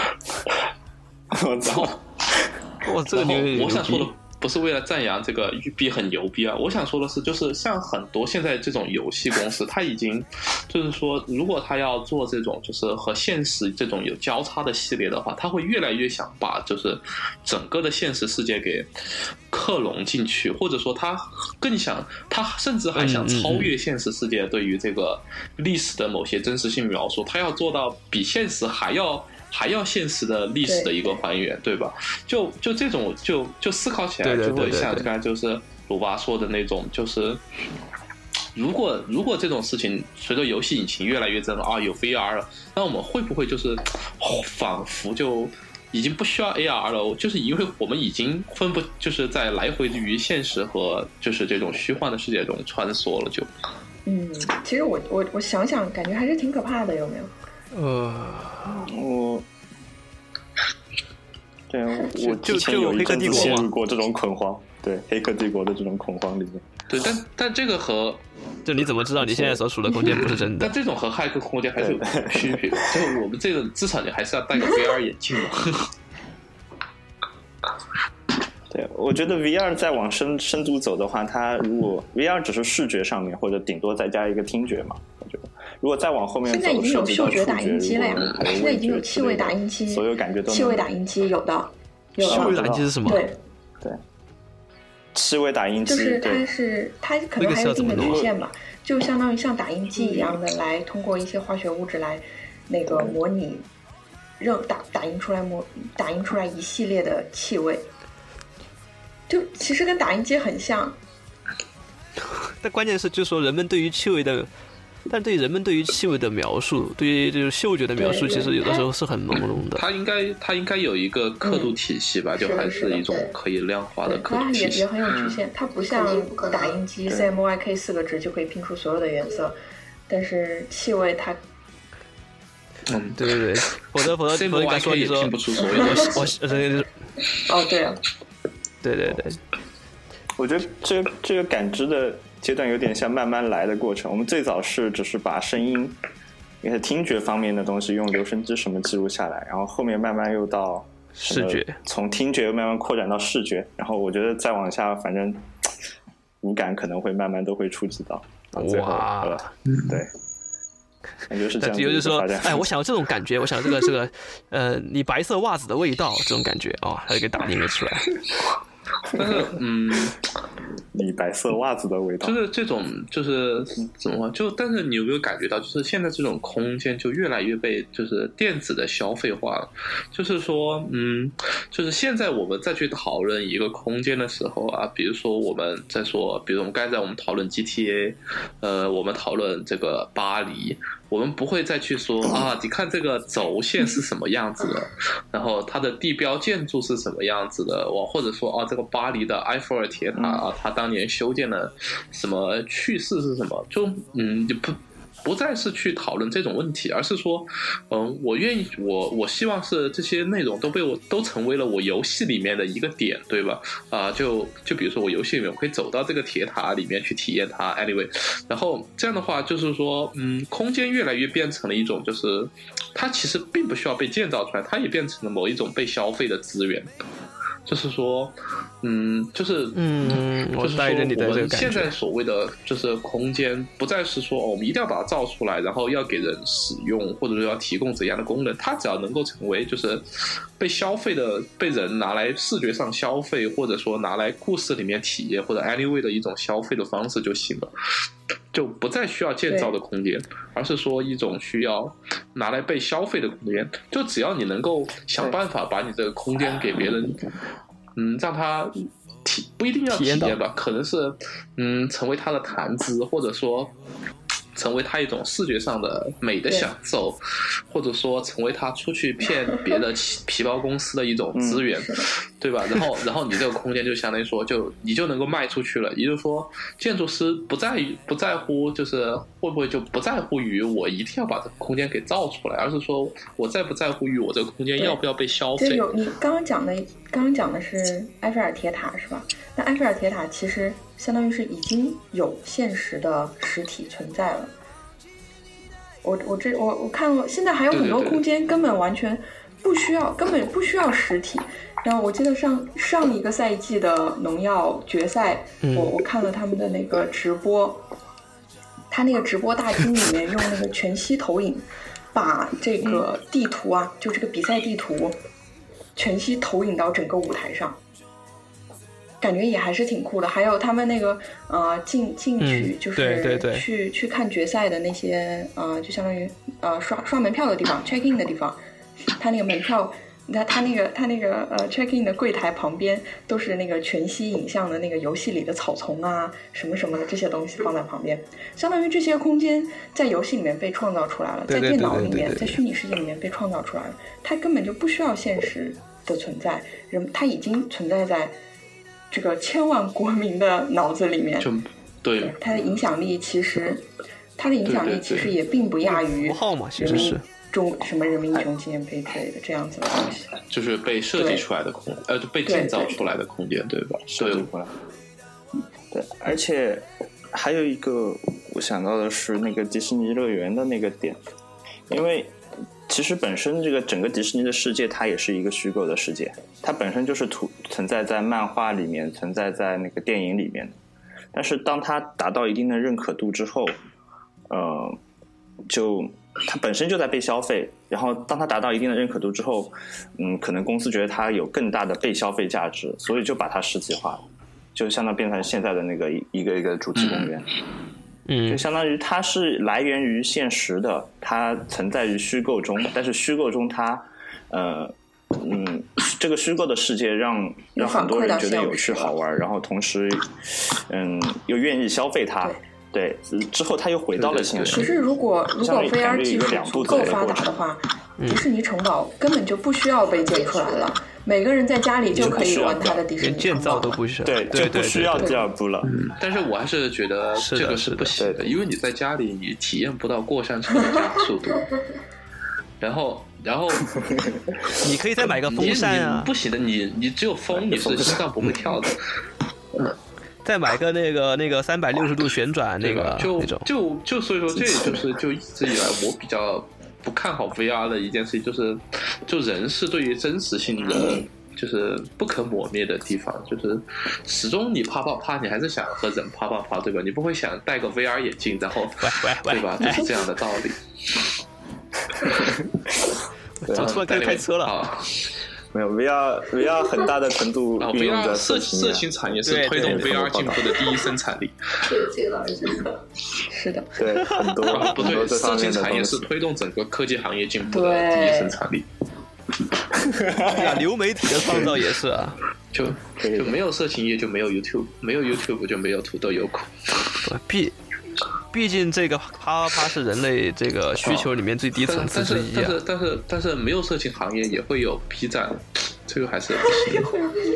然后， 这个我想说的。不是为了赞扬这个育碧很牛逼啊！我想说的是，就是像很多现在这种游戏公司，它已经就是说，如果它要做这种就是和现实这种有交叉的系列的话，它会越来越想把就是整个的现实世界给克隆进去，或者说它甚至还想超越现实世界对于这个历史的某些真实性描述，它要做到比现实还要现实的历史的一个还原， 对吧？就这种就思考起来就会像刚才就是鲁巴说的那种，就是如果这种事情随着游戏引擎越来越真了啊，有 VR 了，那我们会不会就是仿佛就已经不需要 AR 了？就是因为我们已经就是在来回于现实和就是这种虚幻的世界中穿梭了，就其实我想想，感觉还是挺可怕的，有没有？ 我之前有一阵子陷入过这种恐慌，对黑客帝国的这种恐慌里面。 对，但这个和就你怎么知道你现在所处的空间不是真的？ 但这种和骇客空间还是有区别，就是我们这个至少你还是要戴个 VR 眼镜嘛。 对，我觉得 VR 再往深度走的话，它如果 VR 只是视觉上面，或者顶多再加一个听觉嘛，我觉得如果再往后面走， 现在已经有嗅觉打印机了呀，现在已经有气味打印机， 所有感觉都气味打印机有的。 气味打印机是什么？ 对， 气味打印机就是它可能还有一定的局限吧，就相当于像打印机一样的来通过一些化学物质来那个模拟打印出来一系列的气味，就其实跟打印机很像。 但关键是就是说人们对于气味的。但对人们对于气味的描述，对于就是嗅觉的描述，其实有的时候是很朦胧的。 它应该有一个刻度体系吧，就还是一种可以量化的刻度体系。 它也很有局限，它不像打印机 CMYK 4个值就可以拼出所有的颜色，但是气味它， 对，否则应该说你说拼不出所有的对啊， 对， 我觉得这个感知的阶段有点像慢慢来的过程。我们最早只是把声音，也是听觉方面的东西用留声机什么记录下来，然后后面慢慢又到视觉， 从听觉慢慢扩展到视觉，然后我觉得再往下，反正五感可能会慢慢都会触及到。 哇， 对，感觉是这样子。 就是说，我想要这种感觉，我想这个你白色袜子的味道这种感觉它就给打印了出来。 但是你白色袜子的味道， 就是这种就是怎么说？但是你有没有感觉到，就是现在这种空间就越来越被就是电子的消费化了？就是说，就是现在我们再去讨论一个空间的时候啊，比如说我们在说，比如我们刚才我们讨论 GTA， 我们讨论这个巴黎。我们不会再去说你看这个轴线是什么样子的，然后它的地标建筑是什么样子的，或者说这个巴黎的埃菲尔铁塔它当年修建了什么趣事是什么，就不再是去讨论这种问题，而是说我愿意我希望是这些内容都成为了我游戏里面的一个点，对吧？就比如说我游戏里面我可以走到这个铁塔里面去体验它 anyway， 然后这样的话就是说空间越来越变成了一种就是它其实并不需要被建造出来，它也变成了某一种被消费的资源。就是说就是我带着你的这个感觉。 我们现在所谓的就是空间，不再是说我们一定要把它造出来，然后要给人使用，或者说要提供怎样的功能，它只要能够成为就是被消费的，被人拿来视觉上消费，或者说拿来故事里面体验，或者 anyway 的一种消费的方式就行了。 就不再需要建造的空间，而是说一种需要拿来被消费的空间。就只要你能够想办法把你这个空间给别人，让他不一定要体验吧，可能是成为他的谈资，或者说成为他一种视觉上的美的享受，或者说成为他出去骗别的皮包公司的一种资源，对吧？然后你这个空间就相当于说你就能够卖出去了。也就是说，建筑师不在乎就是会不会就不在乎于我一定要把这个空间给造出来，而是说我在不在乎于我这个空间要不要被消费。 你刚刚讲的是埃菲尔铁塔是吧？那埃菲尔铁塔其实相当于是已经有现实的实体存在了。我看过，现在还有很多空间根本完全根本不需要实体。然后我记得上一个赛季的农药决赛，我看了他们的那个直播，他那个直播大厅里面用那个全息投影，把这个地图啊，就这个比赛地图全息投影到整个舞台上。感觉也还是挺酷的，还有他们那个进去就是去看决赛的那些就相当于刷门票的地方 check in 的地方，他那个门票他那个check in 的柜台旁边都是那个全息影像的那个游戏里的草丛啊什么什么的这些东西放在旁边，相当于这些空间在游戏里面被创造出来了，在电脑里面在虚拟世界里面被创造出来了，它根本就不需要现实的存在，它已经存在在这个千万国民的脑子里面。 对， 它的影响力其实也并不亚于什么人民英雄纪念碑之类的这样子的东西， 就是被设计出来的就被建造出来的空间，对吧？ 对，而且还有一个我想到的是那个迪士尼乐园的那个点，因为其实本身这个整个迪士尼的世界它也是一个虚构的世界，它本身就是存在在漫画里面，存在在那个电影里面，但是当它达到一定的认可度之后，就它本身就在被消费，然后当它达到一定的认可度之后，可能公司觉得它有更大的被消费价值，所以就把它实体化了，就相当变成现在的那个一个主题公园。就相当于它是来源于现实的，它存在于虚构中，但是虚构中它这个虚构的世界让很多人觉得有趣好玩，然后同时又愿意消费它。对，之后它又回到了现实。 可是如果 VR 技术足够发达的话，迪士尼城堡根本就不需要被建出来了，每个人在家里就可以玩他的迪士尼城堡， 建造都不需要， 对，就不需要第二步了。 但是我还是觉得这个是不行的，因为你在家里你体验不到过山车的加速度，然后你可以再买个风扇啊， 不行的，你只有风，你是心脏不会跳的。 再买个那个360度旋转那个那种， 就所以说这也就一直以来我比较不看好 VR 的一件事情，就人是对于真实性的就是不可磨灭的地方，就是始终你啪，你还是想和人啪，对吧？你不会想戴个 VR 眼镜然后对吧？就是这样的道理。 怎么突然开车了？ 没有 VR 很大的程度运用的色情产业是推动 VR 进步的第一生产力。 对，这个老师真的是的， 对，很多不对，色情产业是推动整个科技行业进步的第一生产力。 流媒体的创造也是啊， 就没有色情业就没有 YouTube， 没有 YouTube 就没有土豆优酷。 毕竟这个啪是人类这个需求里面最低层次之一啊。 但是没有色情行业也会有 B 站，这个还是不行。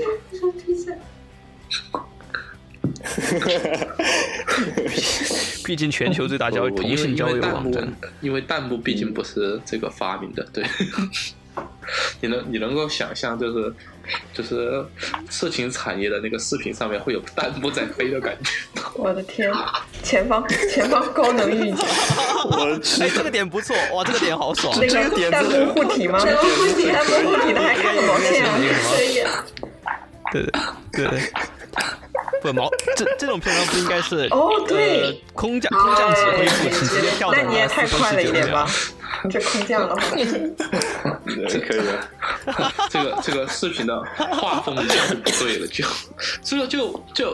毕竟全球最大交同性交友网站， 因为弹幕毕竟不是这个发明的，对。你能够想象就是色情产业的那个视频上面会有弹幕在飞的感觉？ 我的天，前方高能预警！ 我去， 这个点不错，哇，这个点好爽！ 那个弹幕护体吗？弹幕护体的还看个毛线啊！可以啊。 对。不这种片段不应该是对空降指挥部直接跳的吗？ 那你也太快了一点吧！这空降的话， 这可以了。 这个视频的画风一下就不对了，就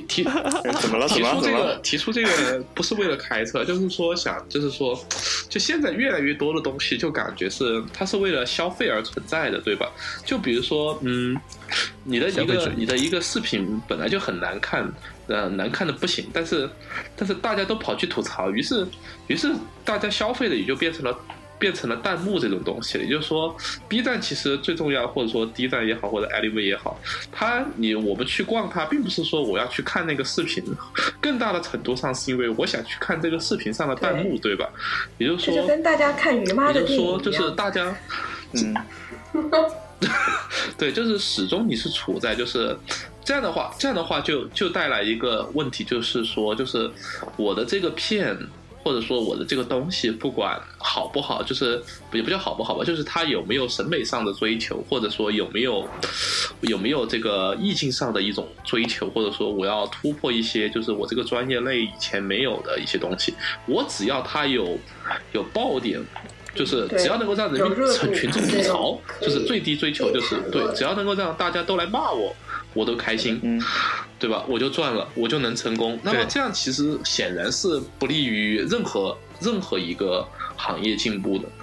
提出这个不是为了开车，就是说就现在越来越多的东西就感觉是它是为了消费而存在的，对吧？就比如说你的一个视频本来就很难看，难看的不行，但是大家都跑去吐槽，于是大家消费的也就变成了弹幕这种东西了。也就是说 B 站其实最重要，或者说 D 站也好，或者 Anyway 也好，我们去逛它并不是说我要去看那个视频，更大的程度上是因为我想去看这个视频上的弹幕， 对吧？也就是说这就跟大家看于妈的电影一样， 就是大家对，就是始终你是处在就是这样的话就带来一个问题，就是说就是我的这个片或者说我的这个东西不管好不好，就是也不叫好不好吧，就是它有没有审美上的追求，或者说有没有这个意境上的一种追求，或者说我要突破一些就是我这个专业类以前没有的一些东西，我只要它有爆点，就是只要能够让人民群众吐槽，就是最低追求就是对，只要能够让大家都来骂我都开心，对吧？我就赚了，我就能成功。那么这样其实显然是不利于任何一个行业进步的。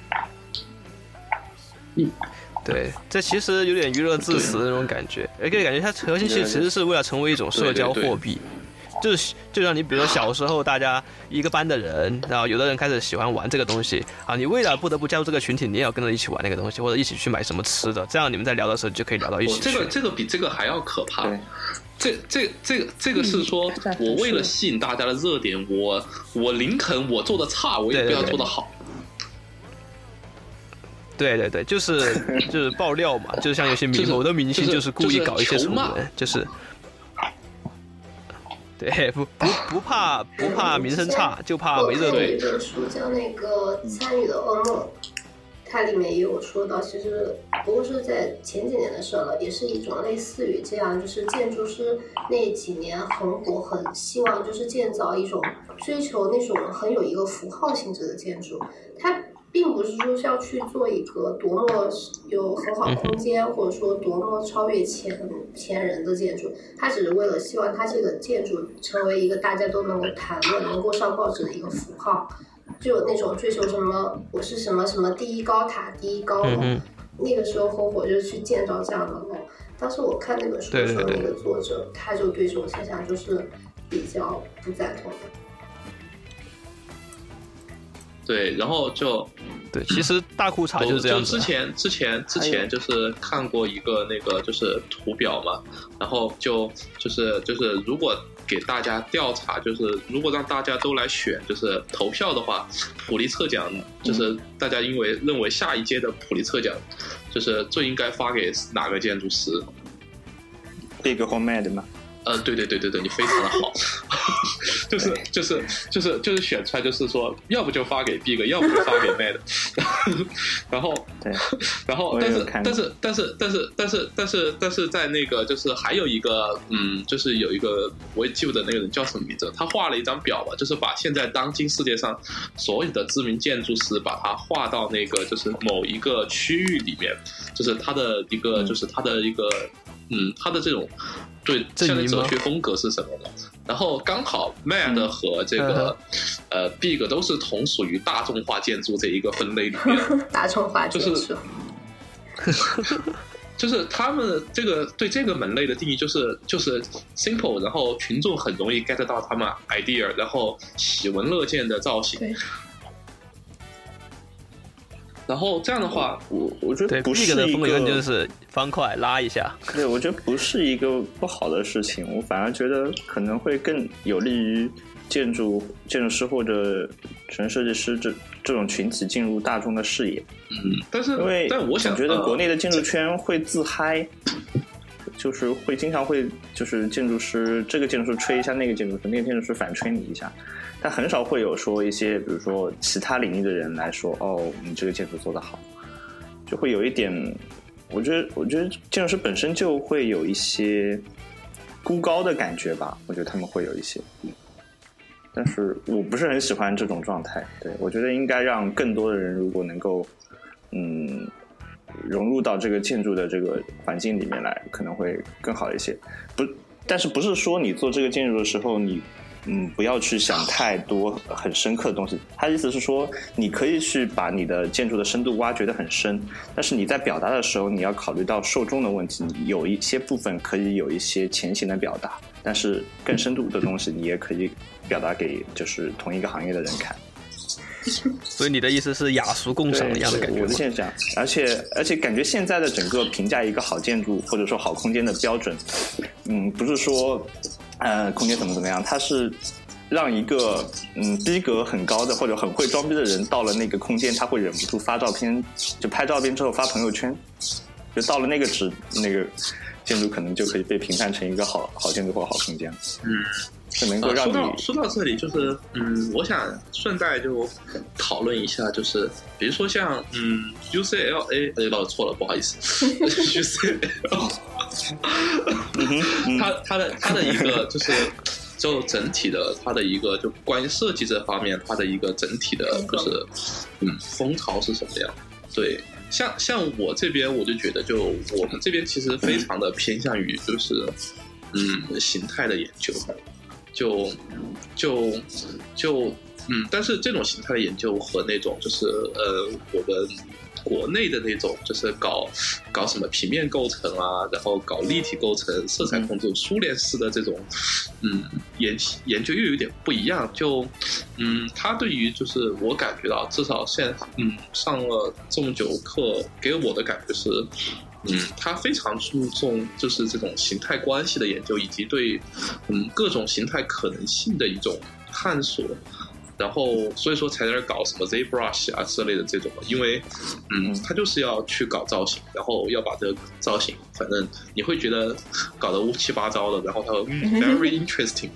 对，这其实有点娱乐至死的那种感觉，而且感觉它核心其实是为了成为一种社交货币。就像你比如说小时候大家一个班的人，然后有的人开始喜欢玩这个东西啊，你为了不得不加入这个群体，你也要跟着一起玩那个东西，或者一起去买什么吃的，这样你们在聊的时候就可以聊到一起去。 这个比这个还要可怕。这个是说我为了吸引大家的热点，我宁肯我做的差，我也不要做的好。 对，就是爆料嘛，就是像有些某的明星就是故意搞一些什么人，就是对，不怕名声差，就怕没热度。 我看有一本书叫那个《参与的噩梦》，它里面也有说到，其实不过是在前几年的事了，也是一种类似于这样，就是建筑师那几年很火，很希望就是建造一种追求那种很有一个符号性质的建筑，它并不是说是要去做一个多么有很好空间，或者说多么超越前人的建筑，它只是为了希望它这个建筑成为一个大家都能够谈论、能够上报纸的一个符号，就有那种追求什么我是什么什么第一高塔、第一高楼，那个时候很火，就去建造这样的楼。当时我看那本书的时候，那个作者他就对这种现象就是比较不赞同的。 对，然后对，其实大裤衩就是这样子。 就之前就是看过一个那个就是图表嘛，然后就是如果给大家调查，就是如果让大家都来选，就是投票的话，普利策奖就是大家认为下一届的普利策奖就是最应该发给哪个建筑师 ？Big 或 Mad 吗？ 对，你非常的好，就是选出来，就是说，要不就发给 Big， 要不就发给 Mad， 然后但是在那个就是还有一个就是有一个我也记不得那个人叫什么名字，他画了一张表吧，就是把现在当今世界上所有的知名建筑师把它画到那个就是某一个区域里面，就是他的一个就是他的一个他的这种对现在哲学风格是什么的？然后刚好 Mad 和这个Big 都是同属于大众化建筑这一个分类里面。 大众化建筑。 就是他们这个对这个门类的定义就是 simple， 然后群众很容易 get 到他们 idea， 然后喜闻乐见的造型。然后这样的话， 我觉得不是一个风格就是方块拉一下。 对，我觉得不是一个不好的事情，我反而觉得可能会更有利于建筑师或者城市设计师这种群体进入大众的视野。但我想觉得国内的建筑圈会自嗨，就是会经常会就是建筑师这个建筑师吹一下那个建筑师，那个建筑师反吹你一下。但很少会有说一些，比如说其他领域的人来说，你这个建筑做得好，就会有一点，我觉得建筑师本身就会有一些孤高的感觉吧，我觉得他们会有一些，但是我不是很喜欢这种状态。对，我觉得应该让更多的人，如果能够， 融入到这个建筑的这个环境里面来，可能会更好一些。但是不是说你做这个建筑的时候，你不要去想太多很深刻的东西。他的意思是说，你可以去把你的建筑的深度挖掘得很深，但是你在表达的时候，你要考虑到受众的问题。你有一些部分可以有一些浅显的表达，但是更深度的东西你也可以表达给就是同一个行业的人看。 所以你的意思是雅俗共赏一样的感觉？ 我的现象，而且感觉现在的整个评价一个好建筑或者说好空间的标准，不是说空间怎么样，它是让一个逼格很高的或者很会装逼的人到了那个空间，他会忍不住发照片，就拍照片之后发朋友圈，就到了那个建筑可能就可以被评判成一个好建筑或好空间。是能够让你说到这里，就是我想顺带就讨论一下，就是比如说像UCLA， 错了，不好意思，UCLA， 它的一个就整体的它的一个就关于设计这方面，它的一个整体的就是风潮是什么样？对，像我这边我就觉得，就我们这边其实非常的偏向于就是形态的研究。但是这种形态的研究和那种就是我们国内的那种就是搞什么平面构成啊，然后搞立体构成、色彩控制、苏联式的这种研究又有点不一样。就他对于就是我感觉到，至少现在上了这么久课，给我的感觉是。他非常注重就是这种形态关系的研究，以及对各种形态可能性的一种探索。然后所以说才在那搞什么 ZBrush 啊之类的这种，因为他就是要去搞造型，然后要把这个造型，反正你会觉得搞得乌七八糟的，然后他说very interesting，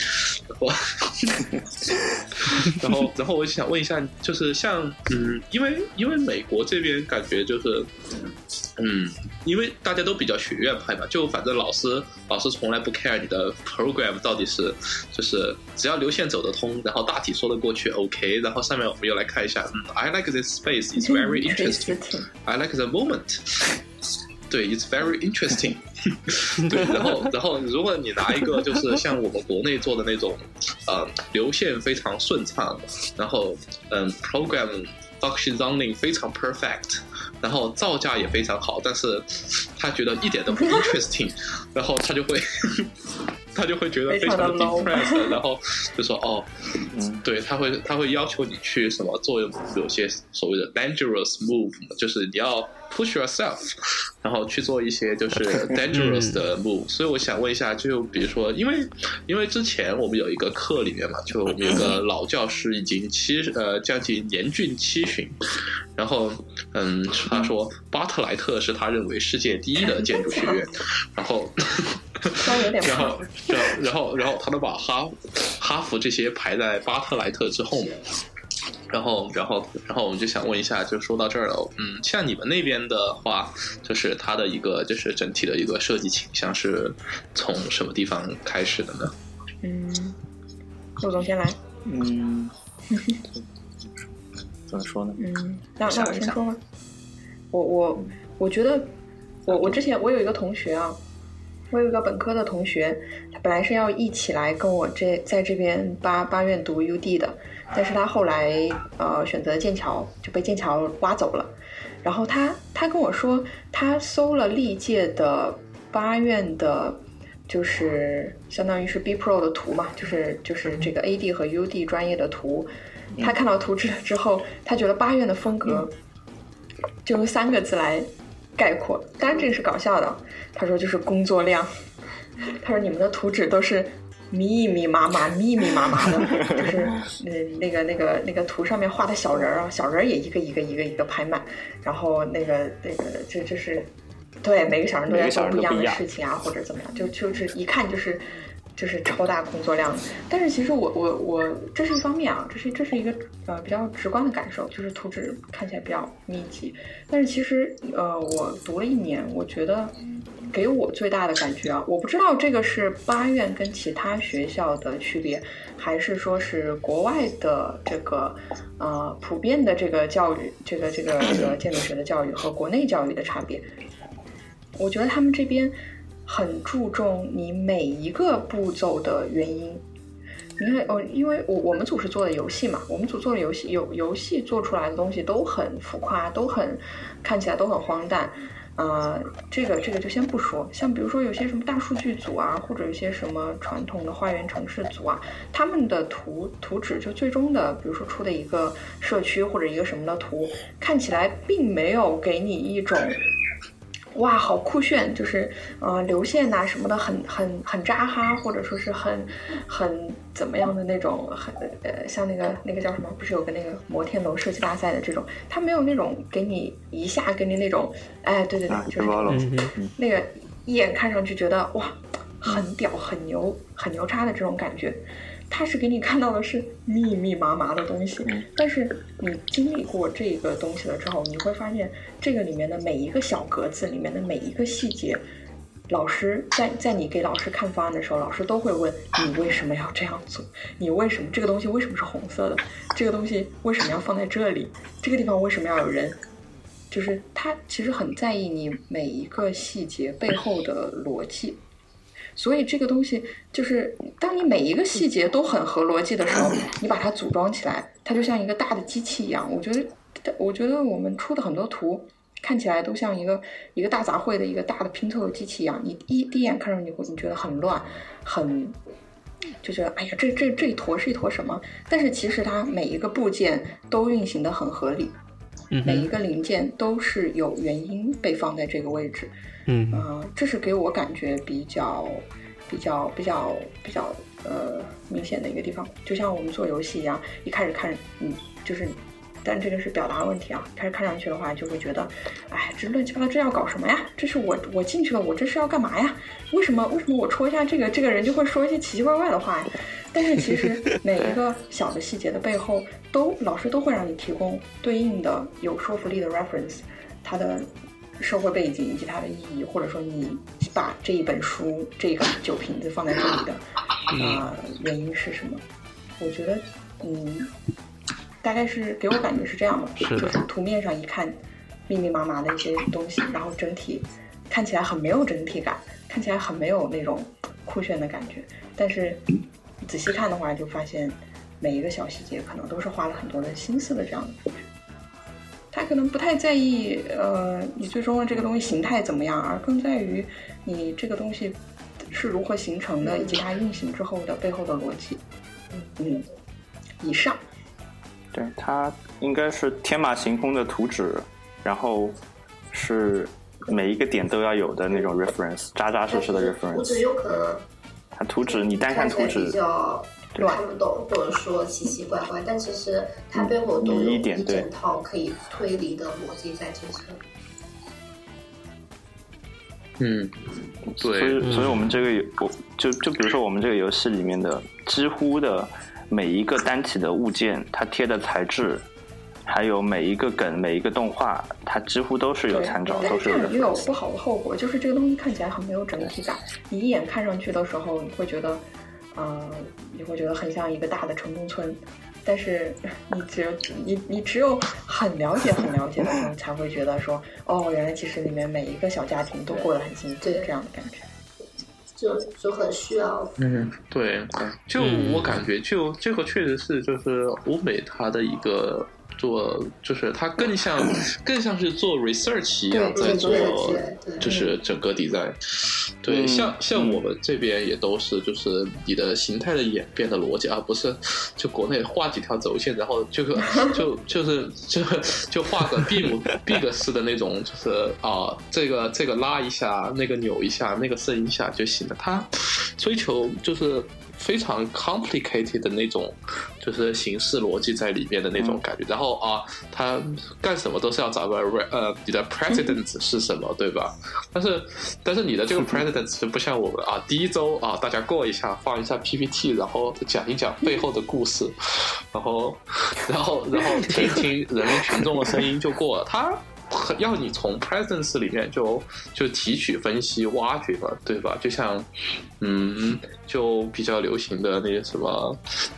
然后我想问一下，就是像因为美国这边感觉就是因为大家都比较学院派嘛，就反正老师从来不 care 你的 program 到底是就是只要流线走得通，然后大体说得过去 OK， 然后上面我们又来看一下I like this space, it's very interesting I like the moment， 对 it's very interesting 对，然后如果你拿一个就是像我们国内做的那种流线非常顺畅，然后program function running 非常 perfect， 然后造价也非常好，但是他觉得一点都不 interesting 然后他就会觉得非常的 depressed， 然后就说对，他会要求你去什么做有些所谓的 dangerous move， 就是你要 push yourself， 然后去做一些就是 dangerous 的 move。所以我想问一下，就比如说，因为之前我们有一个课里面嘛，就我们有个老教师已经将近年近70，然后他说巴特莱特是他认为世界第一的建筑学院，然后他都把哈佛这些排在巴特莱特之后面。然后我们就想问一下，就说到这儿了，像你们那边的话，就是它的一个就是整体的一个设计倾向是从什么地方开始的呢？ 陆总先来。 怎么说呢？ 那我先说吧。我觉得我之前我有一个同学啊，我有一个本科的同学，他本来是要一起来跟我在这边八院读 UD 的，但是他后来选择剑桥，就被剑桥挖走了。然后他跟我说，他搜了历届的8院的，就是相当于是 B Pro 的图嘛，就是这个 AD 和 UD 专业的图。他看到图纸之后，他觉得8院的风格就用3个字来概括，当然这个是搞笑的。他说就是工作量。他说你们的图纸都是密密麻麻的，就是那个图上面画的小人啊，小人也一个排满，然后那个这是对每个小人都在做不一样的事情啊，或者怎么样，就是一看就是就是超大工作量。但是其实我这是一方面啊，这是一个比较直观的感受，就是图纸看起来比较密集。但是其实我读了1年，我觉得给我最大的感觉啊，我不知道这个是八院跟其他学校的区别，还是说是国外的这个普遍的这个教育，这个建筑学的教育和国内教育的差别。我觉得他们这边很注重你每一个步骤的原因。你看因为我们组是做的游戏嘛，我们组做的游戏做出来的东西都很浮夸，看起来都很荒诞。这个就先不说，像比如说有些什么大数据组啊，或者有些什么传统的花园城市组啊，他们的图纸就最终的，比如说出的一个社区或者一个什么的图，看起来并没有给你一种哇好酷炫，就是流线啊什么的很扎哈，或者说是很怎么样的那种，像那个叫什么，不是有个那个摩天楼设计大赛的这种，它没有那种给你一下给你那种，哎对，就是那个一眼看上去觉得哇很屌很牛叉的这种感觉。它是给你看到的是密密麻麻的东西，但是你经历过这个东西了之后，你会发现这个里面的每一个小格子里面的每一个细节，老师在你给老师看方案的时候，老师都会问你为什么要这样做，你为什么这个东西为什么是红色的，这个东西为什么要放在这里，这个地方为什么要有人，就是他其实很在意你每一个细节背后的逻辑。所以这个东西就是当你每一个细节都很合逻辑的时候，你把它组装起来，它就像一个大的机器一样。我觉得我们出的很多图看起来都像一个大杂烩的一个大的拼凑的机器一样，你第一眼看上去你觉得很乱，就觉得哎呀这一坨是一坨什么，但是其实它每一个部件都运行的很合理，每一个零件都是有原因被放在这个位置。这是给我感觉比较明显的一个地方。就像我们做游戏一样，一开始看就是但这个是表达问题啊，开始看上去的话就会觉得哎这乱七八糟这要搞什么呀，这是我进去了，我这是要干嘛呀，为什么我戳一下这个人就会说一些奇奇怪怪的话呀。但是其实每一个小的细节的背后老师都会让你提供对应的有说服力的 reference， 它的社会背景以及它的意义，或者说你把这一本书这个酒瓶子放在这里的原因是什么。我觉得大概是给我感觉是这样的，就是图面上一看密密麻麻的一些东西，然后整体看起来很没有整体感，看起来很没有那种酷炫的感觉，但是仔细看的话就发现每一个小细节可能都是花了很多的心思的这样的。他可能不太在意你最终的这个东西形态怎么样，而更在于你这个东西是如何形成的，以及它运行之后的背后的逻辑。以上。 对，它应该是天马行空的图纸，然后是每一个点都要有的那种 reference， 扎实的 reference。 图纸有可能， 它图纸你单看图纸比较看不懂，或者说奇奇怪怪，但其实它背后都有一整套可以推理的逻辑在支撑。 对， 所以我们这个就比如说我们这个游戏里面的几乎的每一个单体的物件，它贴的材质，还有每一个梗、每一个动画，它几乎都是有参照，都是有。 但是也有不好的后果，就是这个东西看起来很没有整体感。你一眼看上去的时候，你会觉得很像一个大的城中村，但是你只有很了解的时候，才会觉得说，哦，原来其实里面每一个小家庭都过得很幸福，这样的感觉。 就很需要。 对，就我感觉就这个确实是就是欧美它的一个做，就是它更像是做 research 一样在做，就是整个 design。对，像我们这边也都是就是你的形态的演变的逻辑，而不是就国内画几条轴线，然后就画个 big 式的那种，就是这个拉一下，那个扭一下，那个伸一下就行了。它追求就是非常 complicated 的那种，就是形式逻辑在里面的那种感觉。然后他干什么都是要找个你的 precedence 是什么，对吧？但是你的这个 precedence 就不像我们第一周大家过一下，放一下 PPT， 然后讲一讲背后的故事，然后听一听人民群众的声音就过了。他要你从 presence 里面就提取、分析、挖掘嘛，对吧？就像就比较流行的那些什么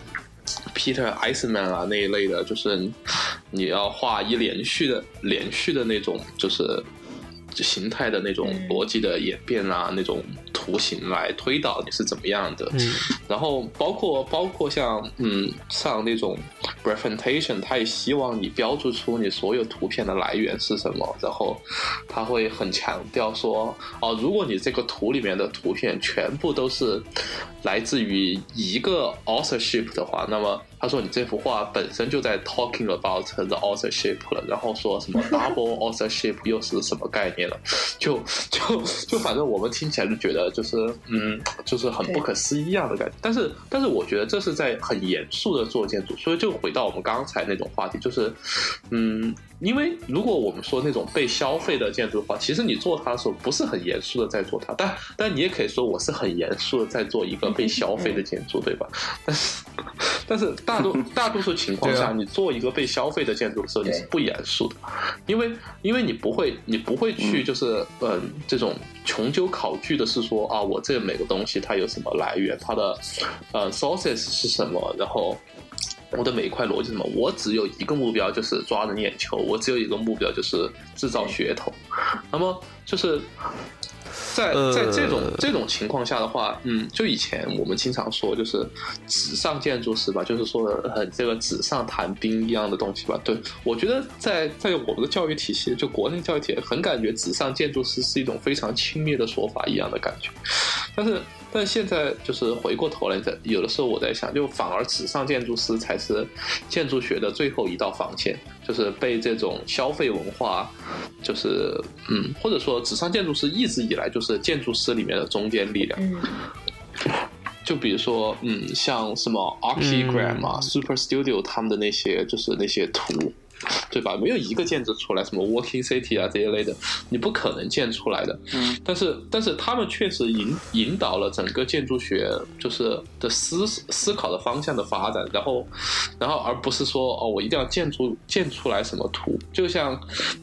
Peter Eisenman 那一类的，就是你要画一连续的那种，就是形态的那种逻辑的演变那种图形来推导你是怎么样的。然后包括像那种 representation， 他也希望你标注出你所有图片的来源是什么，然后他会很强调说如果你这个图里面的图片全部都是来自于一个 authorship 的话，那么他说你这幅画本身就在 talking about the authorship 了，然后说什么 double authorship 又是什么概念了，就反正我们听起来就觉得就是很不可思议一样的感觉。但是我觉得这是在很严肃的做建筑，所以就回到我们刚才那种话题，就是因为如果我们说那种被消费的建筑的话，其实你做它的时候不是很严肃的在做它，但你也可以说我是很严肃的在做一个被消费的建筑，对吧？但是大多数情况下，你做一个被消费的建筑的时候，你是不严肃的，因为你不会去就是这种穷究考据的是说我这每个东西它有什么来源，它的sources 是什么，然后我的每一块逻辑是什么？我只有一个目标，就是抓人眼球；我只有一个目标，就是制造噱头。那么就是在这种情况下的话，就以前我们经常说，就是纸上建筑师吧，就是说的这个纸上谈兵一样的东西吧。对，我觉得在我们的教育体系，就国内教育体系，很感觉纸上建筑师是一种非常轻蔑的说法一样的感觉。但现在就是回过头来，有的时候我在想，就反而纸上建筑师才是建筑学的最后一道防线，就是被这种消费文化，就是或者说纸上建筑师一直以来就是建筑师里面的中坚力量。就比如说像什么 Archigram Super Studio 他们的那些就是那些图，对吧？没有一个建筑出来，什么 Working City 这一类的，你不可能建出来的。但是他们确实引导了整个建筑学就是的思考的方向的发展，然后而不是说我一定要建出来什么图，就像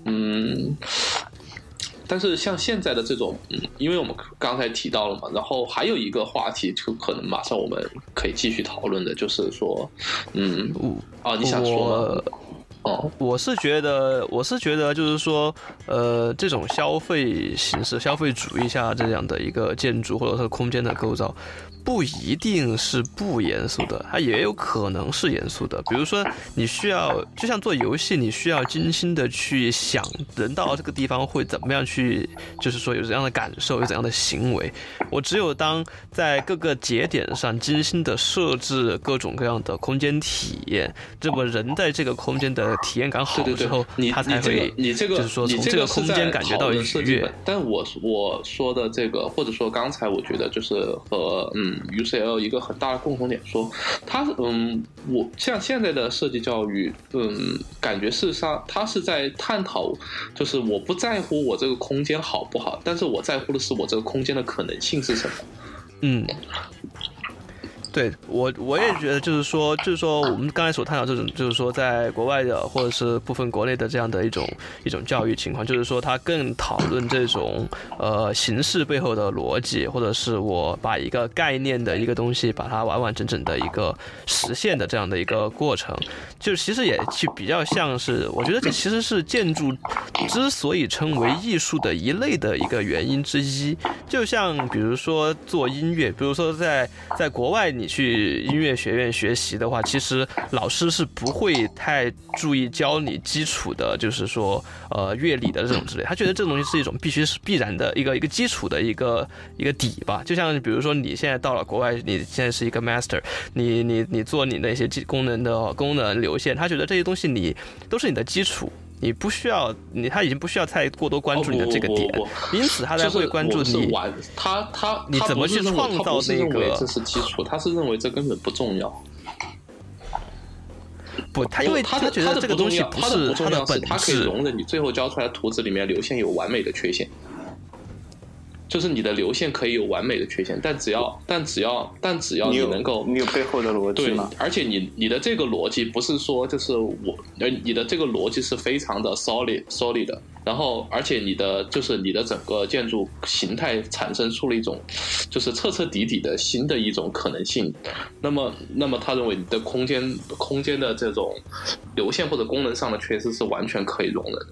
但是像现在的这种因为我们刚才提到了嘛，然后还有一个话题就可能马上我们可以继续讨论的，就是说你想说吗？ 我是觉得就是说这种消费形式、消费主义下这样的一个建筑或者是空间的构造，不一定是不严肃的，它也有可能是严肃的。比如说你需要，就像做游戏，你需要精心的去想人到这个地方会怎么样去，就是说有怎样的感受，有怎样的行为。我只有当在各个节点上精心的设置各种各样的空间体验，这么人在这个空间的体验感好之后，他才会就是说从这个空间感觉到愉悦。 但我说的这个，或者说刚才我觉得就是和UCL 一个很大的共同点说，它我像现在的设计教育，感觉事实上它是在探讨，就是我不在乎我这个空间好不好，但是我在乎的是我这个空间的可能性是什么。 对，我也觉得就是说我们刚才所探讨这种，就是说在国外的或者是部分国内的这样的一种教育情况，就是说它更讨论这种形式背后的逻辑，或者是我把一个概念的一个东西把它完完整整的一个实现的这样的一个过程，就其实也比较像是，我觉得这其实是建筑之所以称为艺术的一类的一个原因之一。就像比如说做音乐，比如说在国外你去音乐学院学习的话，其实老师是不会太注意教你基础的，就是说乐理的这种之类，他觉得这种东西是一种必然的一个基础的一个底吧。就像比如说你现在到了国外，你现在是一个 master， 你做你那些功能流线，他觉得这些东西你都是你的基础。 你不需要他已经不需要太过多关注你的这个点，因此他才会关注你。你怎么去创造那个？ 这是基础，他是认为这根本不重要。 不，他因为他觉得这个东西不是他的本质， 他可以容忍你最后交出来的图纸里面流线有完美的缺陷。就是你的流线可以有完美的缺陷，但只要你能够， 你有背后的逻辑吗？ 对，而且你的这个逻辑不是说就是你的这个逻辑是非常的 solid 的，然后而且你的整个建筑形态产生出了一种就是彻彻底底的新的一种可能性，那么他认为你的空间的这种流线或者功能上的缺失是完全可以容忍的。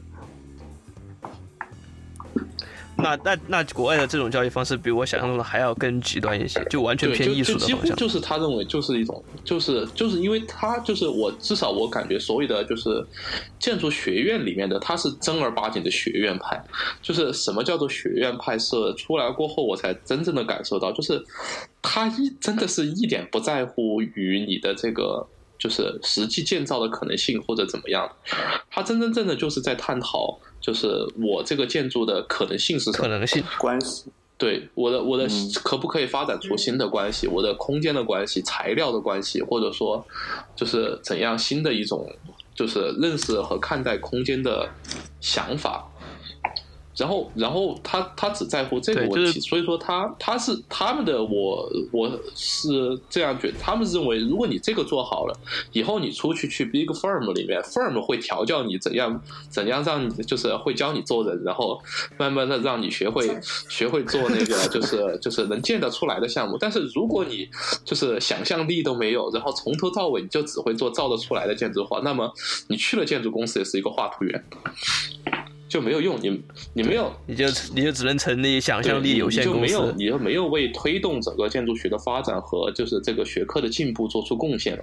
那国外的这种交易方式比我想象中的还要更极端一些，就完全偏艺术的方向。 就几乎就是他认为就是一种就是因为他就是至少我感觉所谓的就是建筑学院里面的他是正儿八经的学院派。就是什么叫做学院派是出来过后我才真正的感受到，就是他真的是一点不在乎于你的这个就是实际建造的可能性或者怎么样，他真的就是在探讨就是我这个建筑的可能性是什么， 可能性关系， 对我的可不可以发展出新的关系，我的空间的关系，材料的关系，或者说就是怎样新的一种就是认识和看待空间的想法。然后他只在乎这个问题， 就是、 所以说他们的我是这样觉得，他们认为如果你这个做好了，以后你出去 big firm 里面 ，firm 会调教你怎样让你就是会教你做人，然后慢慢的让你学会做那个就是能建得出来的项目。但是如果你就是想象力都没有，然后从头到尾你就只会做造得出来的建筑话，那么你去了建筑公司也是一个画图员。就没有用，你没有， 你就只能成立想象力有限公司， 你就没有为推动整个建筑学的发展和就是这个学科的进步做出贡献了。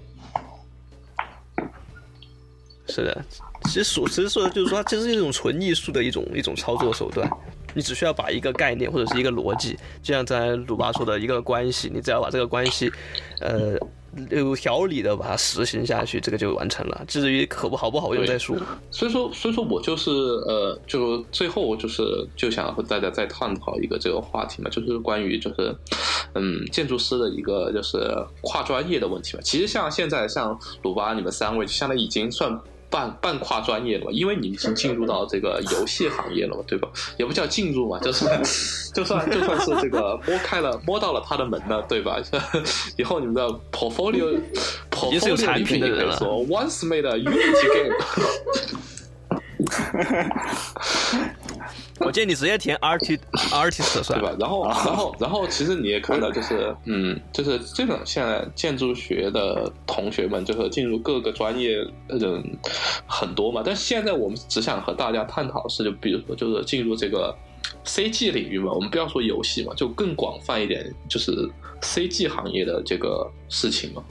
是的，其实说的就是说，这是一种纯艺术的一种操作手段。你只需要把一个概念或者是一个逻辑，就像刚才鲁巴说的一个关系，你只要把这个关系，有条理的把它实行下去，这个就完成了。至于好不好用再说。 所以说我就是就最后就想和大家再探讨一个这个话题嘛，就是关于就是建筑师的一个就是跨专业的问题嘛。其实像现在像鲁巴你们三位，相当于已经算半跨专业了嘛，因为你已经进入到这个游戏行业了嘛，对吧？也不叫进入嘛，就算是这个摸到了他的门了，对吧？以后你们的 portfolio 里面也可以说 once made a Unity game 我建议你直接填 artist 算对吧？然后其实你也看到就是就是这种现在建筑学的同学们就是进入各个专业人很多嘛，但是现在我们只想和大家探讨是就比如说就是进入这个 CG 领域嘛，我们不要说游戏嘛，就更广泛一点，就是 CG 行业的这个事情嘛。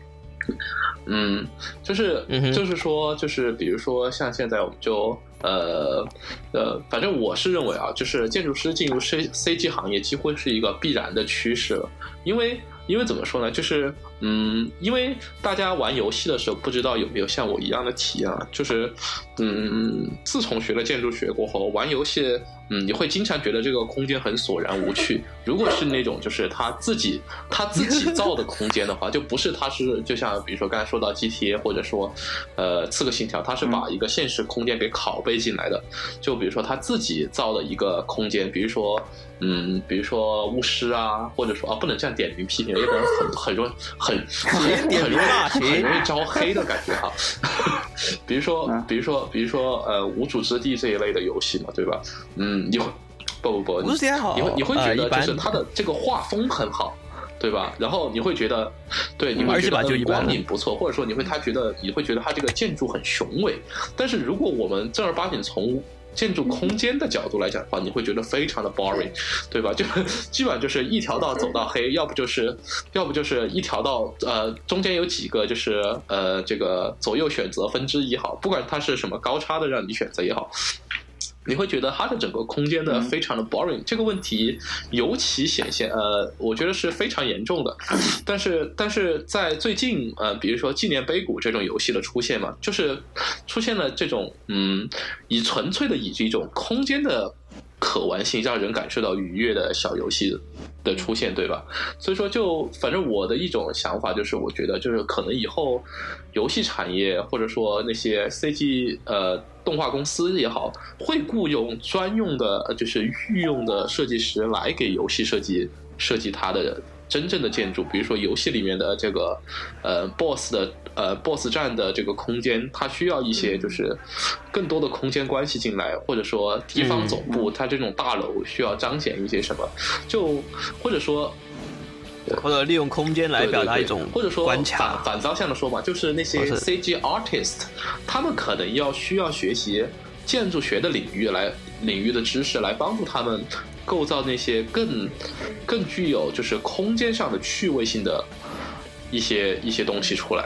就是说，就是比如说像现在我们就反正我是认为啊，就是建筑师进入 CG 行业几乎是一个必然的趋势了，因为怎么说呢，就是因为大家玩游戏的时候不知道有没有像我一样的体验啊，就是自从学了建筑学过后玩游戏你会经常觉得这个空间很索然无趣。如果是那种就是他自己造的空间的话，就不是他是就像比如说刚才说到 GTA 或者说刺客信条，他是把一个现实空间给拷贝进来的。就比如说他自己造的一个空间，比如说巫师啊，或者说不能这样点名批评，有可能很容易招黑的感觉哈。比如说无主之地这一类的游戏嘛，对吧？你会不，你会觉得就是它的这个画风很好，对吧？然后你会觉得，对，你会觉得光影不错，或者说你会觉得它这个建筑很雄伟。但是如果我们正儿八经从建筑空间的角度来讲的话，你会觉得非常的 boring， 对吧？就基本上就是一条道走到黑，要不就是一条道中间有几个就是这个左右选择分之一好，不管它是什么高差的让你选择也好。 你会觉得它的整个空间的非常的 boring，这个问题尤其显现，我觉得是非常严重的。但是在最近，比如说纪念碑谷这种游戏的出现嘛，就是出现了这种以纯粹的以一种空间的可玩性让人感受到愉悦的小游戏的出现，对吧？所以说就反正我的一种想法就是，我觉得就是可能以后游戏产业或者说那些 CG 动画公司也好，会雇佣专用的就是御用的设计师来给游戏设计它的真正的建筑，比如说游戏里面的这个BOSS 战的这个空间，它需要一些就是更多的空间关系进来，或者说地方总部它这种大楼需要彰显一些什么，就或者说或者利用空间来表达一种或者说关卡。 反方向的说嘛，就是那些 CG artist， 他们可能需要学习建筑学的领域的知识，来帮助他们构造那些更具有就是空间上的趣味性的一些东西出来。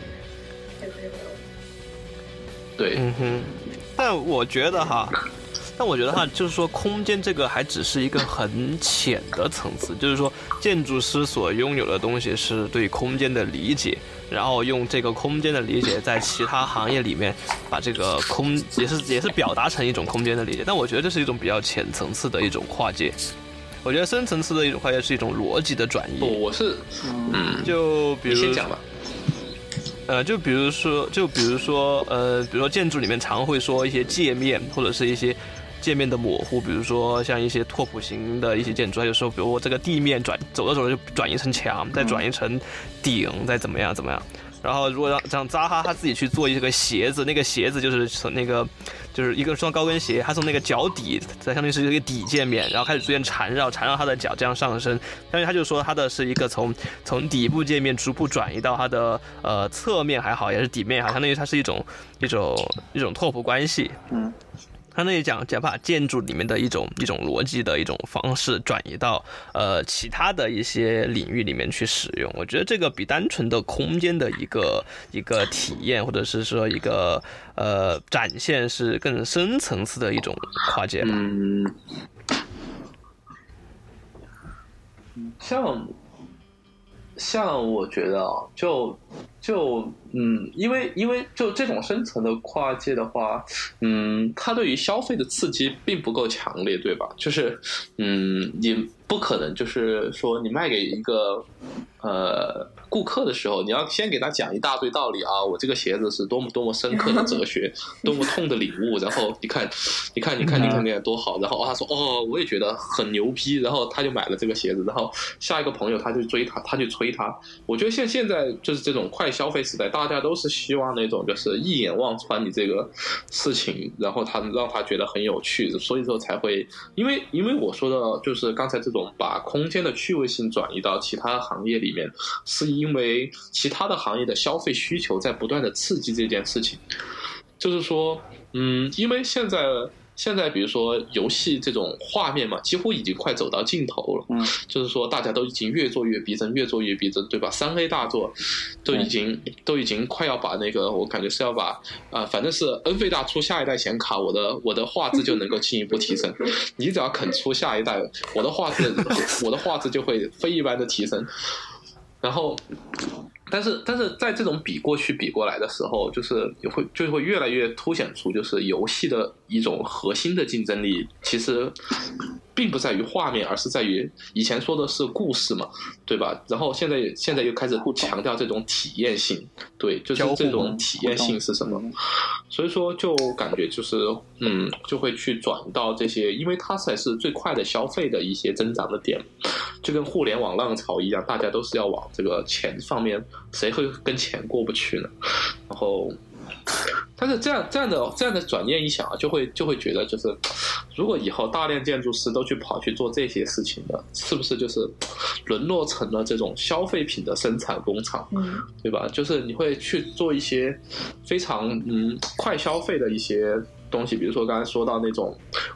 对， 但我觉得哈，就是说空间这个还只是一个很浅的层次，就是说建筑师所拥有的东西是对空间的理解，然后用这个空间的理解在其他行业里面把这个也是表达成一种空间的理解，但我觉得这是一种比较浅层次的一种跨界。我觉得深层次的一种跨界是一种逻辑的转移。 我是就比如你先讲吧。 就比如说，建筑里面常会说一些界面，或者是一些界面的模糊，比如说像一些拓扑型的一些建筑，它就说，比如我这个地面走着就转移成墙，再转移成顶，再怎么样。然后如果让扎哈他自己去做一个鞋子，那个鞋子就是从就是一个双高跟鞋，他从那个脚底，相当于是一个底界面，然后开始逐渐缠绕他的脚，这样上升。相当于他就说他的是一个从底部界面逐步转移到他的侧面还好，也是底面也好，相当于它是一种拓扑关系。他那里讲把建筑里面的一种逻辑的一种方式转移到其他的一些领域里面去使用，我觉得这个比单纯的空间的一个体验，或者是说一个展现是更深层次的一种跨界吧。 像我觉得因为就这种深层的跨界的话，它对于消费的刺激并不够强烈，对吧？就是你不可能就是说你卖给一个顾客的时候，你要先给他讲一大堆道理啊，我这个鞋子是多么深刻的哲学，多么痛的领悟，然后你看多好，然后他说我也觉得很牛逼，然后他就买了这个鞋子，然后下一个朋友他去追他，他去催他。我觉得现在就是这种快消费时代，大家都是希望那种就是一眼望穿你这个事情，然后让他觉得很有趣，所以说才会因为我说的就是刚才这种把空间的趣味性转移到其他行业里面，是因为其他的行业的消费需求在不断的刺激这件事情。就是说因为现在比如说游戏这种画面嘛，几乎已经快走到尽头了。就是说大家都已经越做越逼真，对吧？3A 大作都已经快要把那个，我感觉是要把反正是 NV 大出下一代显卡，我的画质就能够进一步提升。你只要肯出下一代，我的画质就会非一般的提升。然后但是在这种比过去比过来的时候，就会越来越凸显出，就是游戏的一种核心的竞争力其实并不在于画面，而是在于以前说的是故事嘛，对吧？然后现在又开始强调这种体验性，对，就是这种体验性是什么？所以说就感觉就是就会去转到这些，因为它才是最快的消费的一些增长的点，就跟互联网浪潮一样，大家都是要往这个钱方面，谁会跟钱过不去呢？然后但是这样的转念一想啊，就会觉得，就是如果以后大量建筑师都跑去做这些事情的，是不是就是沦落成了这种消费品的生产工厂，对吧？就是你会去做一些非常快消费的一些东西，比如说刚才说到那种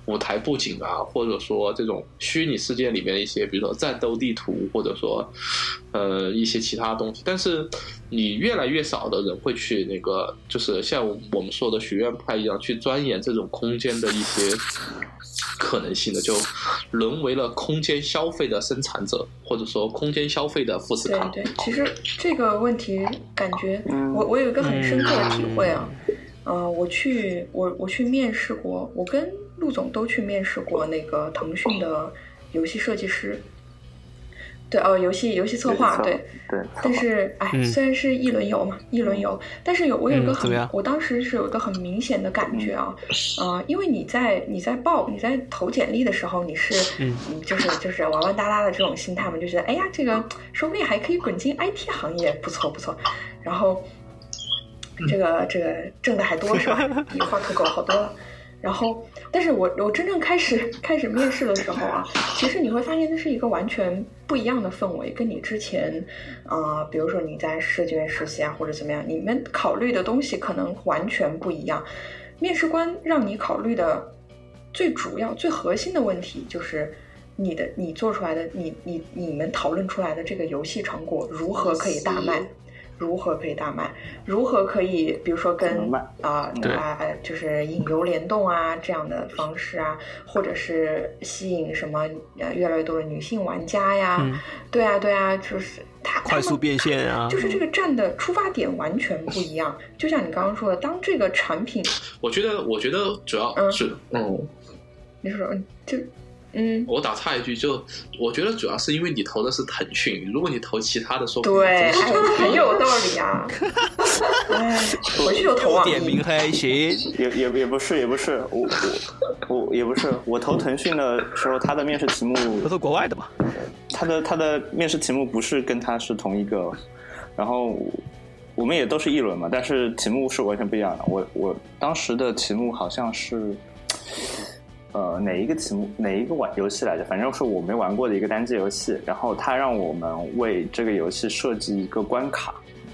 舞台布景啊，或者说这种虚拟世界里面的一些，比如说战斗地图，或者说一些其他东西。但是你越来越少的人会去那个，就是像我们说的学院派一样去钻研这种空间的一些可能性的，就沦为了空间消费的生产者，或者说空间消费的富士康。 对，其实这个问题感觉我有一个很深刻的体会啊。我去面试过，我跟陆总都去面试过那个腾讯的游戏设计师，对，游戏策划，对。但是，虽然是一轮游嘛，但是我有一个我当时是有一个很明显的感觉啊，因为你在投简历的时候，你是就是玩玩哒哒的这种心态嘛，就觉得哎呀，这个说不定还可以滚进 IT 行业，不错，然后。这个挣的还多是吧？比画图狗好多了。然后，但是我真正开始面试的时候啊，其实你会发现那是一个完全不一样的氛围，跟你之前比如说你在设计院实习啊或者怎么样，你们考虑的东西可能完全不一样。面试官让你考虑的最主要、最核心的问题就是你做出来的你们讨论出来的这个游戏成果如何可以大卖。如何可以比如说跟就是引流联动啊这样的方式啊，或者是吸引什么越来越多的女性玩家呀，对啊，就是他快速变现啊， 就是这个站的出发点完全不一样。就像你刚刚说的，当这个产品， 我觉得主要是你说就。 我打岔一句，就我觉得主要是因为你投的是腾讯，如果你投其他的说， 对，很有道理啊。回去就投网易。 点名黑行， 也不是，我也不是，我投腾讯的时候，他的面试题目都是国外的嘛， 他的面试题目不是跟他是同一个，然后我们也都是一轮嘛，但是题目是完全不一样的。我当时的题目好像是。哪一个游戏来着？反正是我没玩过的一个单机游戏，然后他让我们为这个游戏设计一个关卡。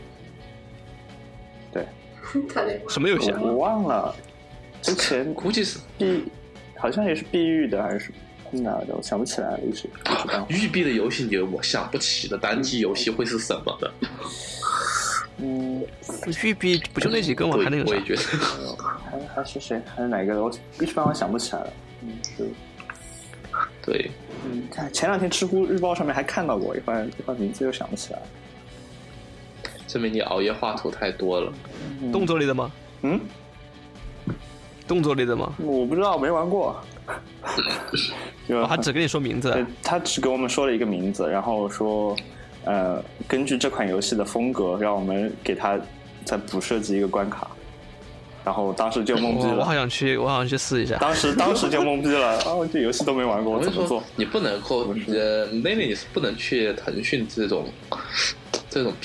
对， 什么游戏？ 我忘了，之前估计是好像也是碧玉的还是哪的，我想不起来了，一时。 育碧的游戏我想不起的单机游戏会是什么的。 育碧不就那几个吗？还那个啥？ 我也觉得。 还是谁？还是哪个？我一时半会想不起来了。是。 对。 前两天知乎日报上面还看到过一番名字，又想不起来了。 证明你熬夜画图太多了。 动作类的吗？动作类的吗？ 我不知道，没玩过。 他只跟你说名字。 他只给我们说了一个名字，然后说，根据这款游戏的风格，让我们给他再补设计一个关卡。然后当时就懵逼了。我好想去试一下。 当时就懵逼了。这游戏都没玩过，我怎么做？ 你不能够，妹妹你是不能去腾讯这种这种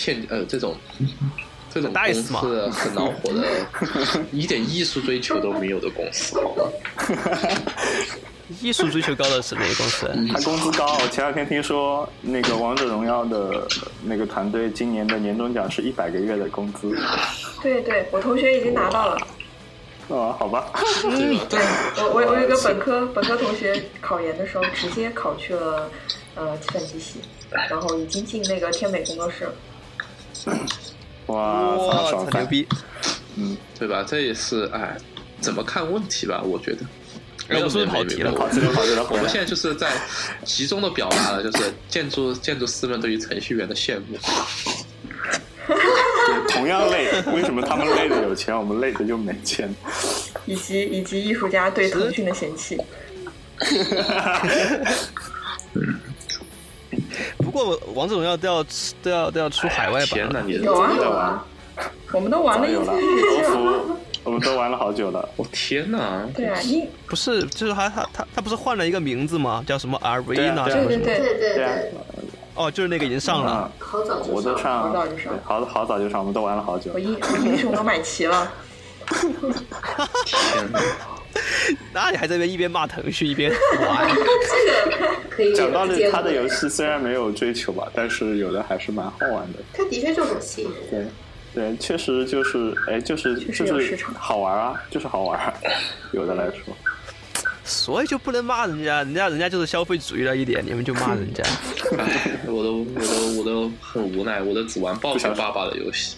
公司很恼火的，一点艺术追求都没有的公司。 艺术追求高的是哪个公司？ 他工资高。我前两天听说那个王者荣耀的那个团队今年的年终奖是100个月的工资。 对，我同学已经拿到了。 好吧。 对，我有一个本科同学考研的时候直接考去了计算机系，然后已经进那个天美工作室了。 哇， 很牛逼。 对吧？这也是怎么看问题吧？我觉得。 我们是不是跑题了？ 我们现在就是在集中的表达了，就是建筑师们对于程序员的羡慕。 对，同样累，为什么他们累的有钱，我们累的就没钱？ 以及艺术家对腾讯的嫌弃。 不过王者荣耀都要出海外版了。 有啊，我们都玩了一次。 我们都玩了好久了。 天哪！ 对啊， 不是，就是他不是换了一个名字吗？叫什么 Arena 什么？ 对。 就是那个已经上了。 好早就上。 我都上。 好早就上。 好早就上，我们都玩了好久。 我英雄都买齐了。 天哪！ 那你还在那边一边骂腾讯一边玩？ 这个可以。 讲道理，他的游戏虽然没有追求吧，但是有的还是蛮好玩的。 他的确就很吸引人。 对，确实就是好玩啊，就是好玩。有的来说， 所以就不能骂人家，人家就是消费主义了一点，你们就骂人家。 哎，我都很无奈，我都只玩暴雪爸爸的游戏。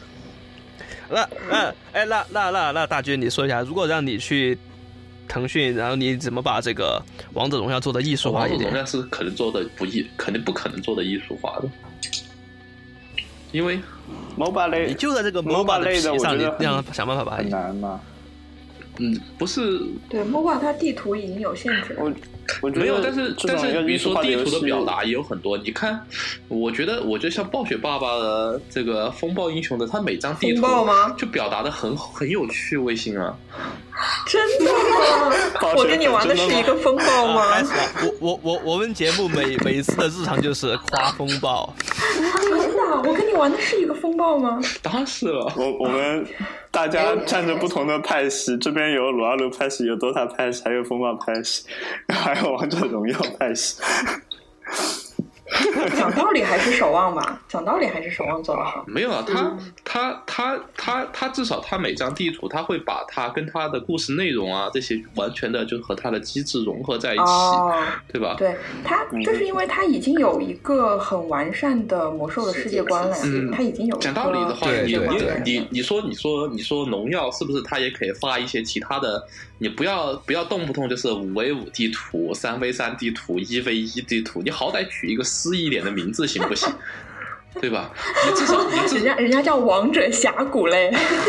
那大军，你说一下，如果让你去腾讯，然后你怎么把这个王者荣耀做的艺术化一点？ 王者荣耀是肯定做的肯定不可能做的艺术化的，因为 MOBA 类， 你就在这个 MOBA 的皮上，你这样想办法把它很难吗？ 不是。 对 MOBA 它地图已经有限制了。 我觉得没有，但是比如说地图的表达也也有很多。你看，我觉得像暴雪爸爸的这个风暴英雄的，他每张地图就表达的很有趣味性啊。 真的吗？我跟你玩的是一个风暴吗？ 我们节目每次的日常就是夸风暴。 真的，我跟你玩的是一个风暴吗？ 当然是了。 我们大家站着不同的派系，这边有撸啊撸派系，有 DOTA 派系，还有风暴派系，还有王者荣耀派系。 讲道理还是守望吧，讲道理还是守望做得好。 没有啊，他至少他每张地图他会把他跟他的故事内容啊这些完全的就和他的机制融合在一起，对吧？ 对，他就是因为他已经有一个很完善的魔兽的世界观了，他已经有讲道理的话，你说农药是不是他也可以发一些其他的？你不要动不动就是5v5地图、3v3地图、1v1地图，你好歹取一个诗意一点的名字行不行？对吧？你至少人家叫王者峡谷嘞。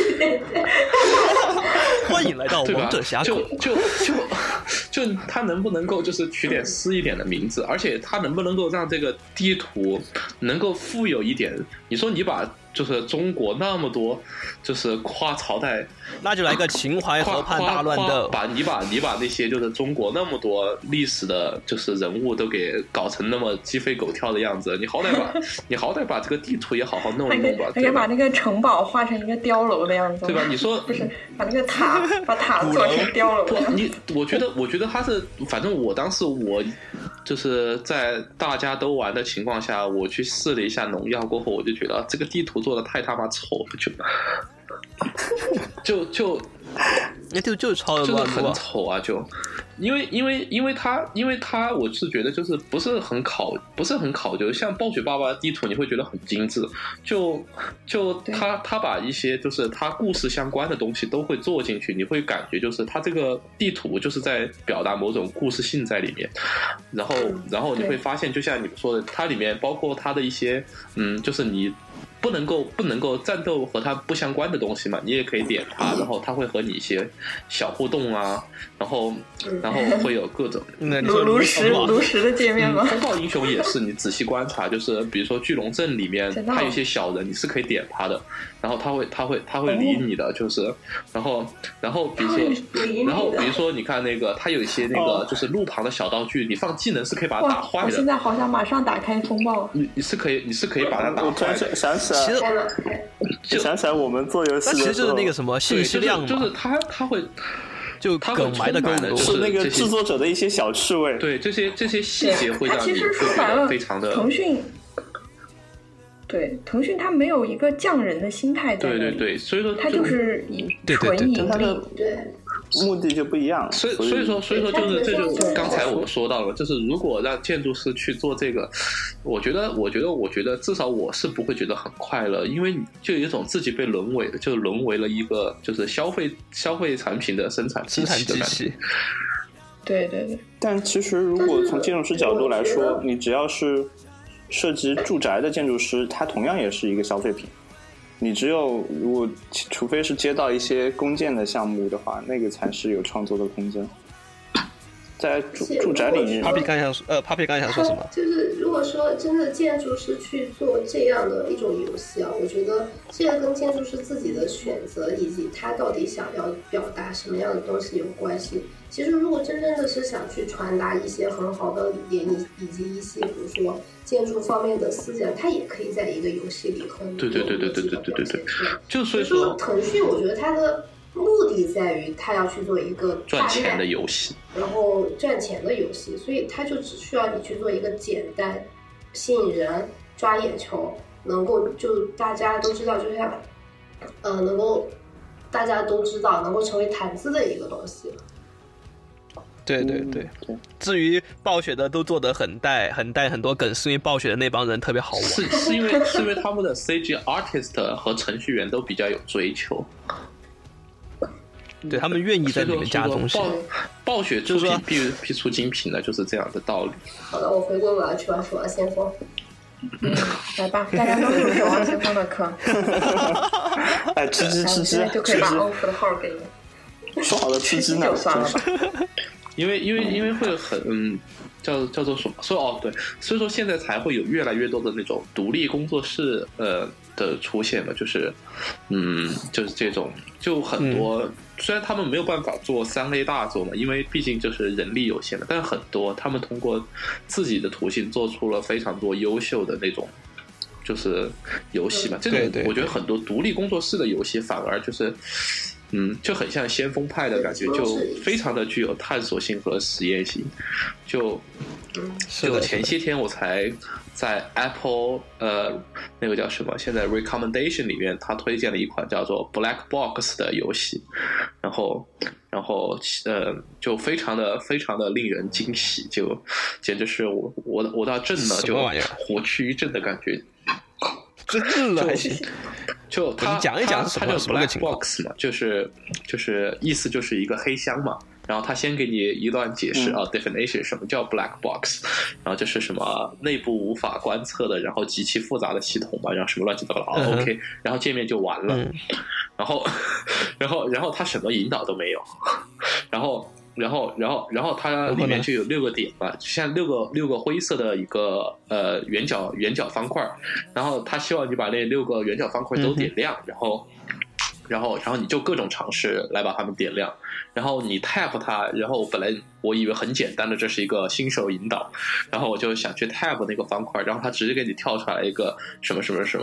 欢迎来到王者峡谷。 就他能不能够就是取点诗一点的名字，而且他能不能够让这个地图能够富有一点？你说你把就是中国那么多就是跨朝代， 那就来个秦淮河畔大乱斗， 你把那些就是中国那么多历史的就是人物都给搞成那么鸡飞狗跳的样子，你好歹把这个地图也好好弄一弄吧， 还把那个城堡画成一个碉楼的样子， 对吧？你说不是把那个把塔做成碉楼？ 我觉得他是，反正我当时我就是在大家都玩的情况下，我去试了一下农药过后，我就觉得这个地图做的太他妈丑了， 就超就是很丑啊！因为他我是觉得就是不是很考究，像暴雪爸爸的地图你会觉得很精致，就他把一些就是他故事相关的东西都会做进去，你会感觉就是他这个地图就是在表达某种故事性在里面，然后你会发现就像你们说的，它里面包括它的一些就是你不能够战斗和它不相关的东西嘛，你也可以点它，然后它会和你一些小互动啊，然后会有各种炉石的界面吗？ 风暴英雄也是，你仔细观察，就是比如说巨龙镇里面，它有一些小人，你是可以点它的，然后他会理你的，就是，然后比如说你看那个，它有一些那个就是路旁的小道具，你放技能是可以把它打坏的。 我现在好想马上打开风暴。 你是可以把它打坏的。 想起来我们做游戏的时候， 其实就是那个什么信息量嘛， 就是他会。 就梗埋的更多， 是那个制作者的一些小趣味。 对，这些细节会让你觉得非常的。 腾讯它没有一个匠人的心态在那里， 对，所以说它就是以纯盈利， 对。 目的就不一样， 所以说就是这就刚才我们说到了，就是如果让建筑师去做这个，我觉得至少我是不会觉得很快乐，因为你就有一种自己被沦为了一个就是消费产品的生产机器。 对。 但其实如果从建筑师角度来说，你只要是设计住宅的建筑师，他同样也是一个消费品。你除非是接到一些公建的项目的话，那个才是有创作的空间。在住宅领域 ，Papi 刚想说什么？ 就是如果说真的建筑师去做这样的一种游戏啊，我觉得这个跟建筑师自己的选择以及他到底想要表达什么样的东西有关系。其实如果真正的是想去传达一些很好的理念以及一些比如说建筑方面的思想，它也可以在一个游戏里很对，就所以说腾讯，我觉得它的目的在于他要去做一个赚钱的游戏， 然后赚钱的游戏，所以他就只需要你去做一个简单、吸引人、抓眼球，能够就大家都知道，就像能够大家都知道，能够成为谈资的一个东西。 对对对。至于暴雪的都做得很带很多梗，是因为暴雪的那帮人特别好玩， 是因为他们的 CG artist 和程序员都比较有追求。 对，他们愿意在里面加东西。 暴雪出品必出精品的，就是这样的道理。 好的，我回归我要去玩守望先锋。 来吧，大家都有守望先锋的课。 哎，吃就可以把欧服的号给你。 说好的吃呢？ 就算了吧。 因为会很叫做什么？对，所以说现在才会有越来越多的那种独立工作室的出现嘛，就是这种就很多。虽然他们没有办法做3A 大作嘛，因为毕竟就是人力有限的，但是很多他们通过自己的途径做出了非常多优秀的那种就是游戏嘛。这种我觉得很多独立工作室的游戏反而就是就很像先锋派的感觉，就非常的具有探索性和实验性。就前些天我才在 Apple 那个叫什么，现在 recommendation 里面他推荐了一款叫做 Black Box 的游戏，然后就非常的令人惊喜，就简直是我到震了，就火去一震的感觉。 震了还行。 就他讲一讲是什么 Black Box 嘛，就是意思就是一个黑箱嘛。然后他先给你一段解释definition 什么叫 Black Box， 然后就是什么内部无法观测的，然后极其复杂的系统嘛，然后什么乱七八糟OK， 然后界面就完了，然后他什么引导都没有，然后它里面就有6个点嘛，就像六个灰色的一个圆角方块，然后他希望你把那6个圆角方块都点亮，然后你就各种尝试来把它们点亮，然后你 tap 它，然后本来我以为很简单的这是一个新手引导，然后我就想去 tap 那个方块，然后它直接给你跳出来一个什么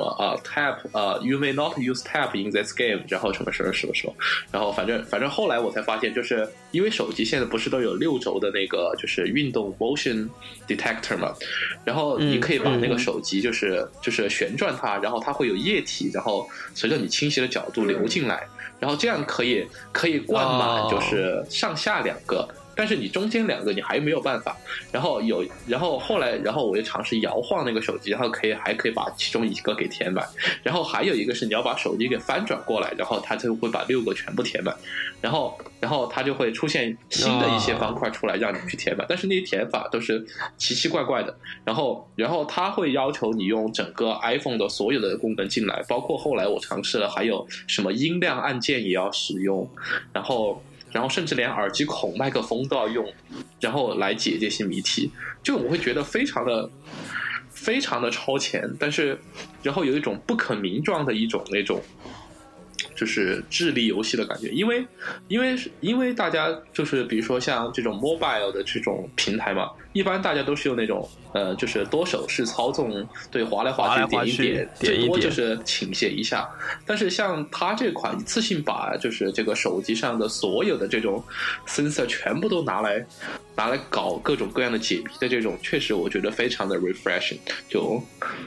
tap you may not use tap in this game， 然后什么，然后反正后来我才发现，就是因为手机现在不是都有6轴的那个就是运动 motion detector 嘛，然后你可以把那个手机就是旋转它，然后它会有液体，然后随着你倾斜的角度流进来，然后这样可以灌满就是上下2个，但是你中间2个你还没有办法，然后后来我就尝试摇晃那个手机，然后还可以把其中1个给填满，然后还有一个是你要把手机给翻转过来，然后它就会把6个全部填满，然后它就会出现新的一些方块出来让你去填满，但是那些填法都是奇奇怪怪的，然后它会要求你用整个 iPhone 的所有的功能进来，包括后来我尝试了还有什么音量按键也要使用，然后甚至连耳机孔、麦克风都要用，然后来解这些谜题，就我会觉得非常的超前，但是然后有一种不可名状的一种那种就是智力游戏的感觉，因为大家就是比如说像这种 mobile 的这种平台嘛，一般大家都是用那种就是多手势操纵，对，滑来滑去点一点，最多就是倾斜一下。但是像它这款一次性把就是这个手机上的所有的这种 sensor 全部都拿来搞各种各样的解谜的这种，确实我觉得非常的 refreshing。就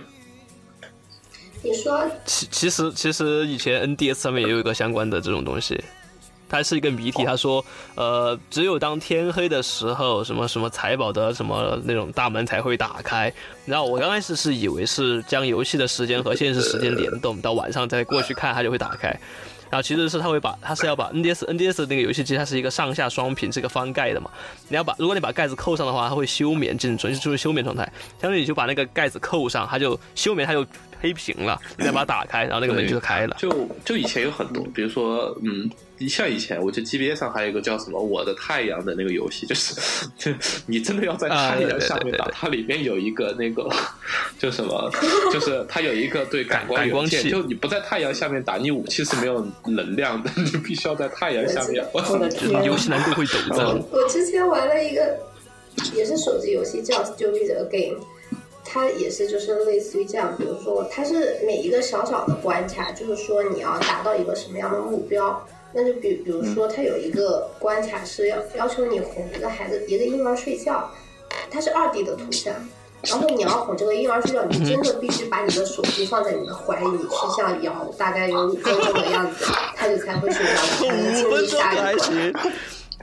你说， 其实以前 NDS 上面也有一个相关的这种东西，它是一个谜题。他说，只有当天黑的时候，什么财宝的什么那种大门才会打开。然后我刚开始是以为是将游戏的时间和现实时间联动，到晚上再过去看它就会打开。然后其实是它是要把 NDS 那个游戏机，它是一个上下双屏，是一个翻盖的嘛。如果你把盖子扣上的话，它会休眠，纯粹处于休眠状态。相当于你就把那个盖子扣上，它就休眠，它就黑屏了，你再把它打开，然后那个门就开了。 就以前有很多，比如说像以前我觉得 GBA 上还有一个叫什么我的太阳的那个游戏，就是你真的要在太阳上面打，它里面有一个那个就什么，就是它有一个对感光器，就你不在太阳下面打，你武器是没有能量的，你必须要在太阳下面。 游戏难度会陡增。 我之前玩了一个也是手机游戏叫 Stupid Game，它也是就是类似于这样，比如说它是每一个小小的关卡，就是说你要达到一个什么样的目标，那就比如说它有一个关卡是要求你哄一个孩子一个婴儿睡觉，它是2D 的图像，然后你要哄这个婴儿睡觉，你真的必须把你的手机放在你的怀里，你是像摇大概有5分钟的样子，它就才会睡着，才能轻易下一关。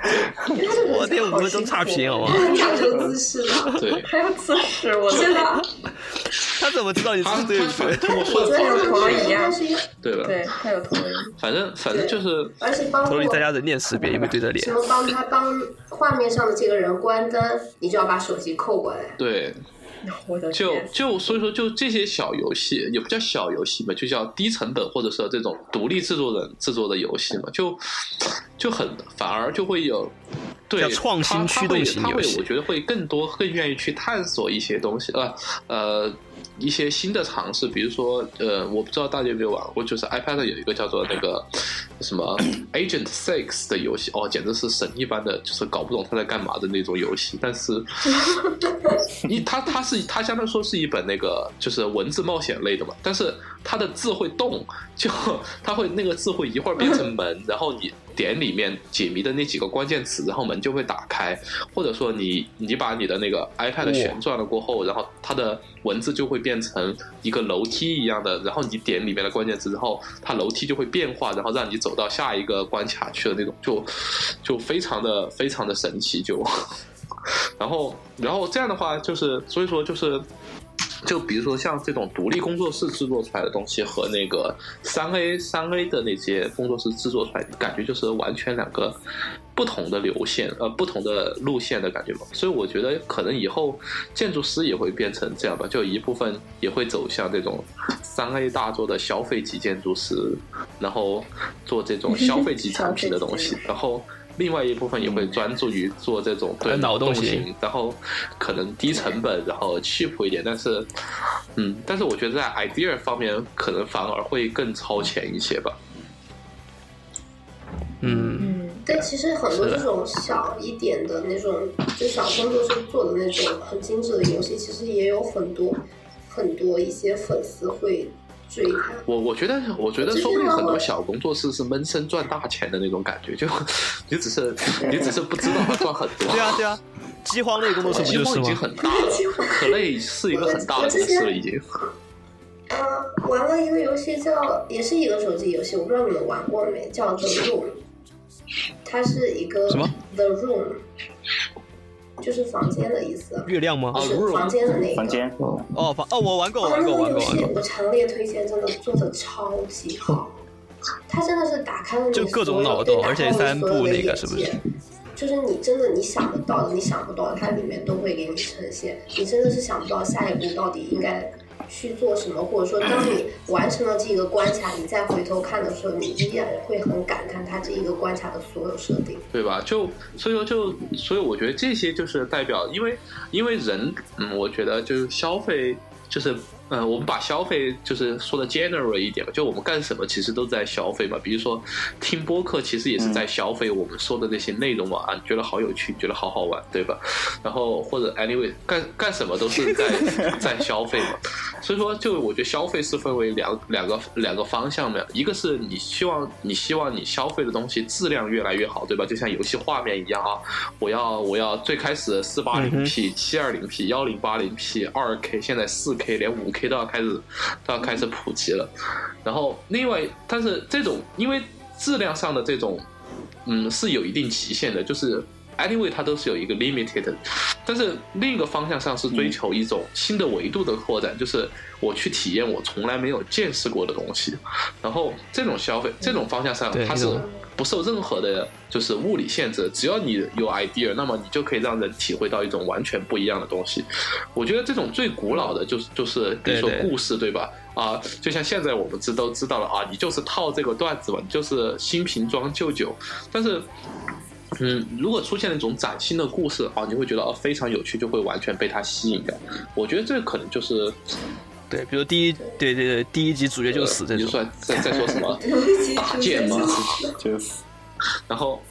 我天，5分钟差评好吗？ 讲究姿势的， 对， 还有姿势，我真的。 他怎么知道你是对不对？ 我觉得有头一样， 对吧？ 对，他有头一。 反正就是， 而且包括头里大家人脸识别，有没有对着脸？ 什么帮画面上的这个人关灯，你就要把手机扣过来。 对。就所以说，就这些小游戏也不叫小游戏嘛，就叫低成本或者说这种独立制作人制作的游戏嘛，就很反而就会有对创新驱动型游戏， 我觉得会更愿意去探索一些东西一些新的尝试，比如说我不知道大家有没有玩过，就是 iPad 有一个叫做那个什么 Agent 6的游戏，简直是神一般的，就是搞不懂他在干嘛的那种游戏。但是它相当于说是一本那个就是文字冒险类的嘛，但是它的字会动，就它会那个字会一会儿变成门，然后你点里面解谜的那几个关键词，然后门就会打开，或者说你把你的那个 iPad 旋转了过后，然后它的文字就会变成一个楼梯一样的，然后你点里面的关键词，然后它楼梯就会变化，然后让你走到下一个关卡去的那种，就非常的神奇，然后这样的话就是所以说就比如说像这种独立工作室制作出来的东西和那个3A 的那些工作室制作出来，感觉就是完全两个不同的不同的路线的感觉嘛。所以我觉得可能以后建筑师也会变成这样吧，就一部分也会走向这种3A 大作的消费级建筑师，然后做这种消费级产品的东西，然后另外一部分也会专注于做这种对脑动型，然后可能低成本，然后 cheap 一点，但是我觉得在 idea 方面可能反而会更超前一些吧。 对，其实很多这种小一点的那种，就小工作室做的那种很精致的游戏，其实也有很多一些粉丝会追他。 我觉得说不定很多小工作室是闷声赚大钱的那种感觉，就你只是不知道他赚很多。 对啊，饥荒类工作室不就是吗？ 饥荒已经很大了，可累是一个很大的公司了已经。 玩了一个游戏也是一个手机游戏，我不知道你们玩过没，叫 The Room。它是一个什么 The Room， 就是房间的意思。 月亮吗？ 就是房间的那个。 房间。 我玩过。 那个游戏我强烈推荐，真的做的超级好。它真的是打开了你就各种脑洞，而且3部那个是不是？ 就是你真的你想得到的，你想不到的，它里面都会给你呈现。你真的是想不到下一步到底应该去做什么，或者说当你完成了这个关卡，你再回头看的时候，你依然会很感叹它这一个关卡的所有设定， 对吧？所以我觉得这些就是代表，因为人，我觉得就是消费，就是我们把消费就是说的 general 一点吧，就我们干什么其实都在消费嘛。比如说听播客，其实也是在消费我们说的那些内容嘛，你觉得好有趣，你觉得好好玩，对吧？然后或者 anyway 干什么都是在消费嘛。所以说，就我觉得消费是分为两个方向的，一个是你希望你消费的东西质量越来越好，对吧？就像游戏画面一样啊，我要最开始 480p、720p、1080p、2K， 现在 4K， 连 5K 都要开始普及了。然后另外，但是这种因为质量上的这种是有一定极限的，就是 anyway 它都是有一个 limited， 但是另一个方向上是追求一种新的维度的扩展，就是我去体验我从来没有见识过的东西。然后这种消费这种方向上，它是不受任何的就是物理限制，只要你有 idea， 那么你就可以让人体会到一种完全不一样的东西。我觉得这种最古老的就是比如说故事， 对吧？就像现在我们都知道了啊，你就是套这个段子嘛，你就是新瓶装旧酒。但是如果出现那种崭新的故事你会觉得非常有趣，就会完全被它吸引掉。我觉得这可能就是对，比如第一集主角就死这种， 你说在说什么打剑吗？ 就是然后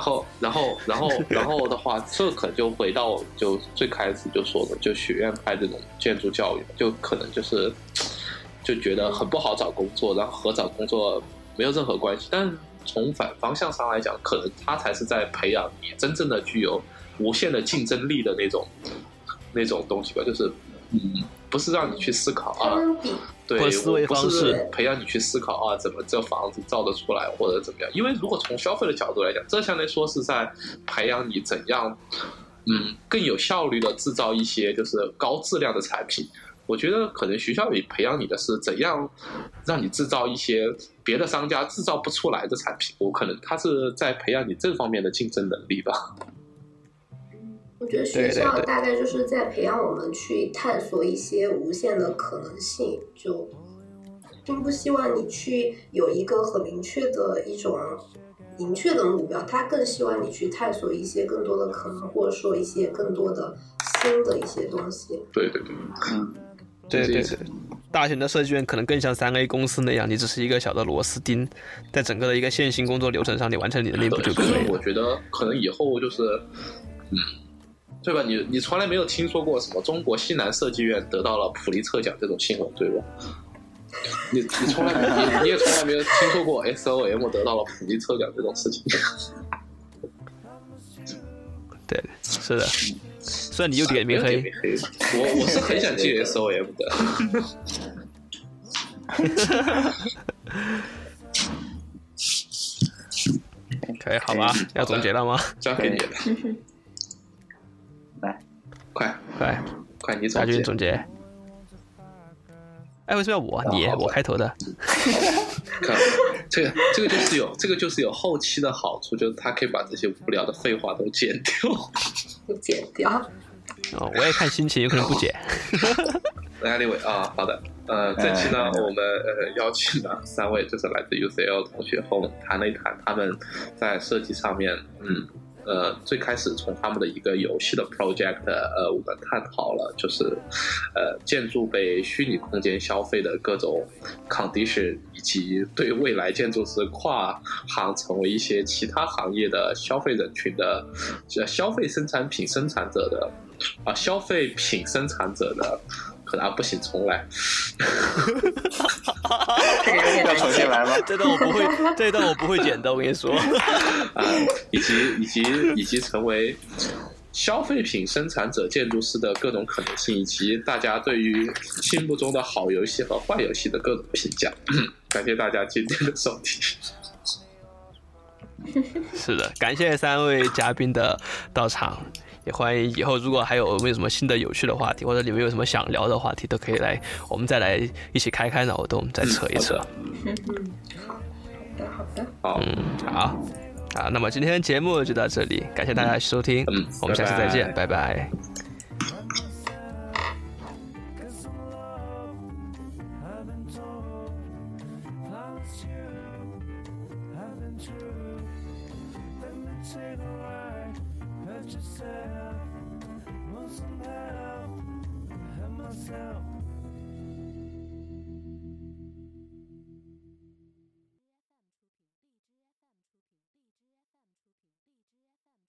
的话，这可能就回到就最开始就说的，就学院派这种建筑教育，就可能就觉得很不好找工作，然后和找工作没有任何关系。但从反方向上来讲，可能它才是在培养你真正的具有无限的竞争力的那种东西吧，就是不是让你去思考对， 或者思维方式， 培养你去思考啊，怎么这房子造得出来或者怎么样。因为如果从消费的角度来讲，这相当于说是在培养你怎样更有效率的制造一些就是高质量的产品。我觉得可能学校里培养你的是怎样让你制造一些别的商家制造不出来的产品，我可能他是在培养你这方面的竞争能力吧。 我觉得学校大概就是在培养我们去探索一些无限的可能性，就并不希望你去有一个很明确的目标，他更希望你去探索一些更多的可能，或者说一些更多的新的一些东西。 对， 对，大型的设计院可能更像3A 公司那样，你只是一个小的螺丝钉，在整个的一个线性工作流程上，你完成你的内部就可以了。 我觉得可能以后就是，对吧？你从来没有听说过什么中国西南设计院得到了普利策奖这种新闻，对吧？你也从来没有听说过 SOM 得到了普利策奖这种事情。 对，是的。虽然你又点名黑， 我是很想进 SOM 的。 可以，好吧，要总结了吗？ 交给你了， 来， 快，你总结。 大军总结。哎，为什么要我？我开头的。 这个就是有后期的好处，就是他可以把这些无聊的废话都剪掉。 我也看心情，有可能不剪。 Anyway 好的，这期呢，我们邀请了3位，就是来自 UCL 同学，和我们谈了一谈他们在设计上面，最开始从他们的一个游戏的 project，我们探讨了就是建筑被虚拟空间消费的各种 condition， 以及对未来建筑师跨行成为一些其他行业的消费人群的消费品生产者的可能不行，重来。 要重新来吗？ 这一段我不会剪的，我跟你说。 以及成为消费品生产者建筑师的各种可能性，以及大家对于心目中的好游戏和坏游戏的各种评价。感谢大家今天的收听。 是的，感谢3位嘉宾的到场。也欢迎以后如果还有没有什么新的有趣的话题，或者你们有什么想聊的话题，都可以来，我们再来一起开脑洞，再扯一扯。 好， 好，那么今天节目就到这里，感谢大家收听，我们下次再见，拜拜。Yourself, most of that, I myself.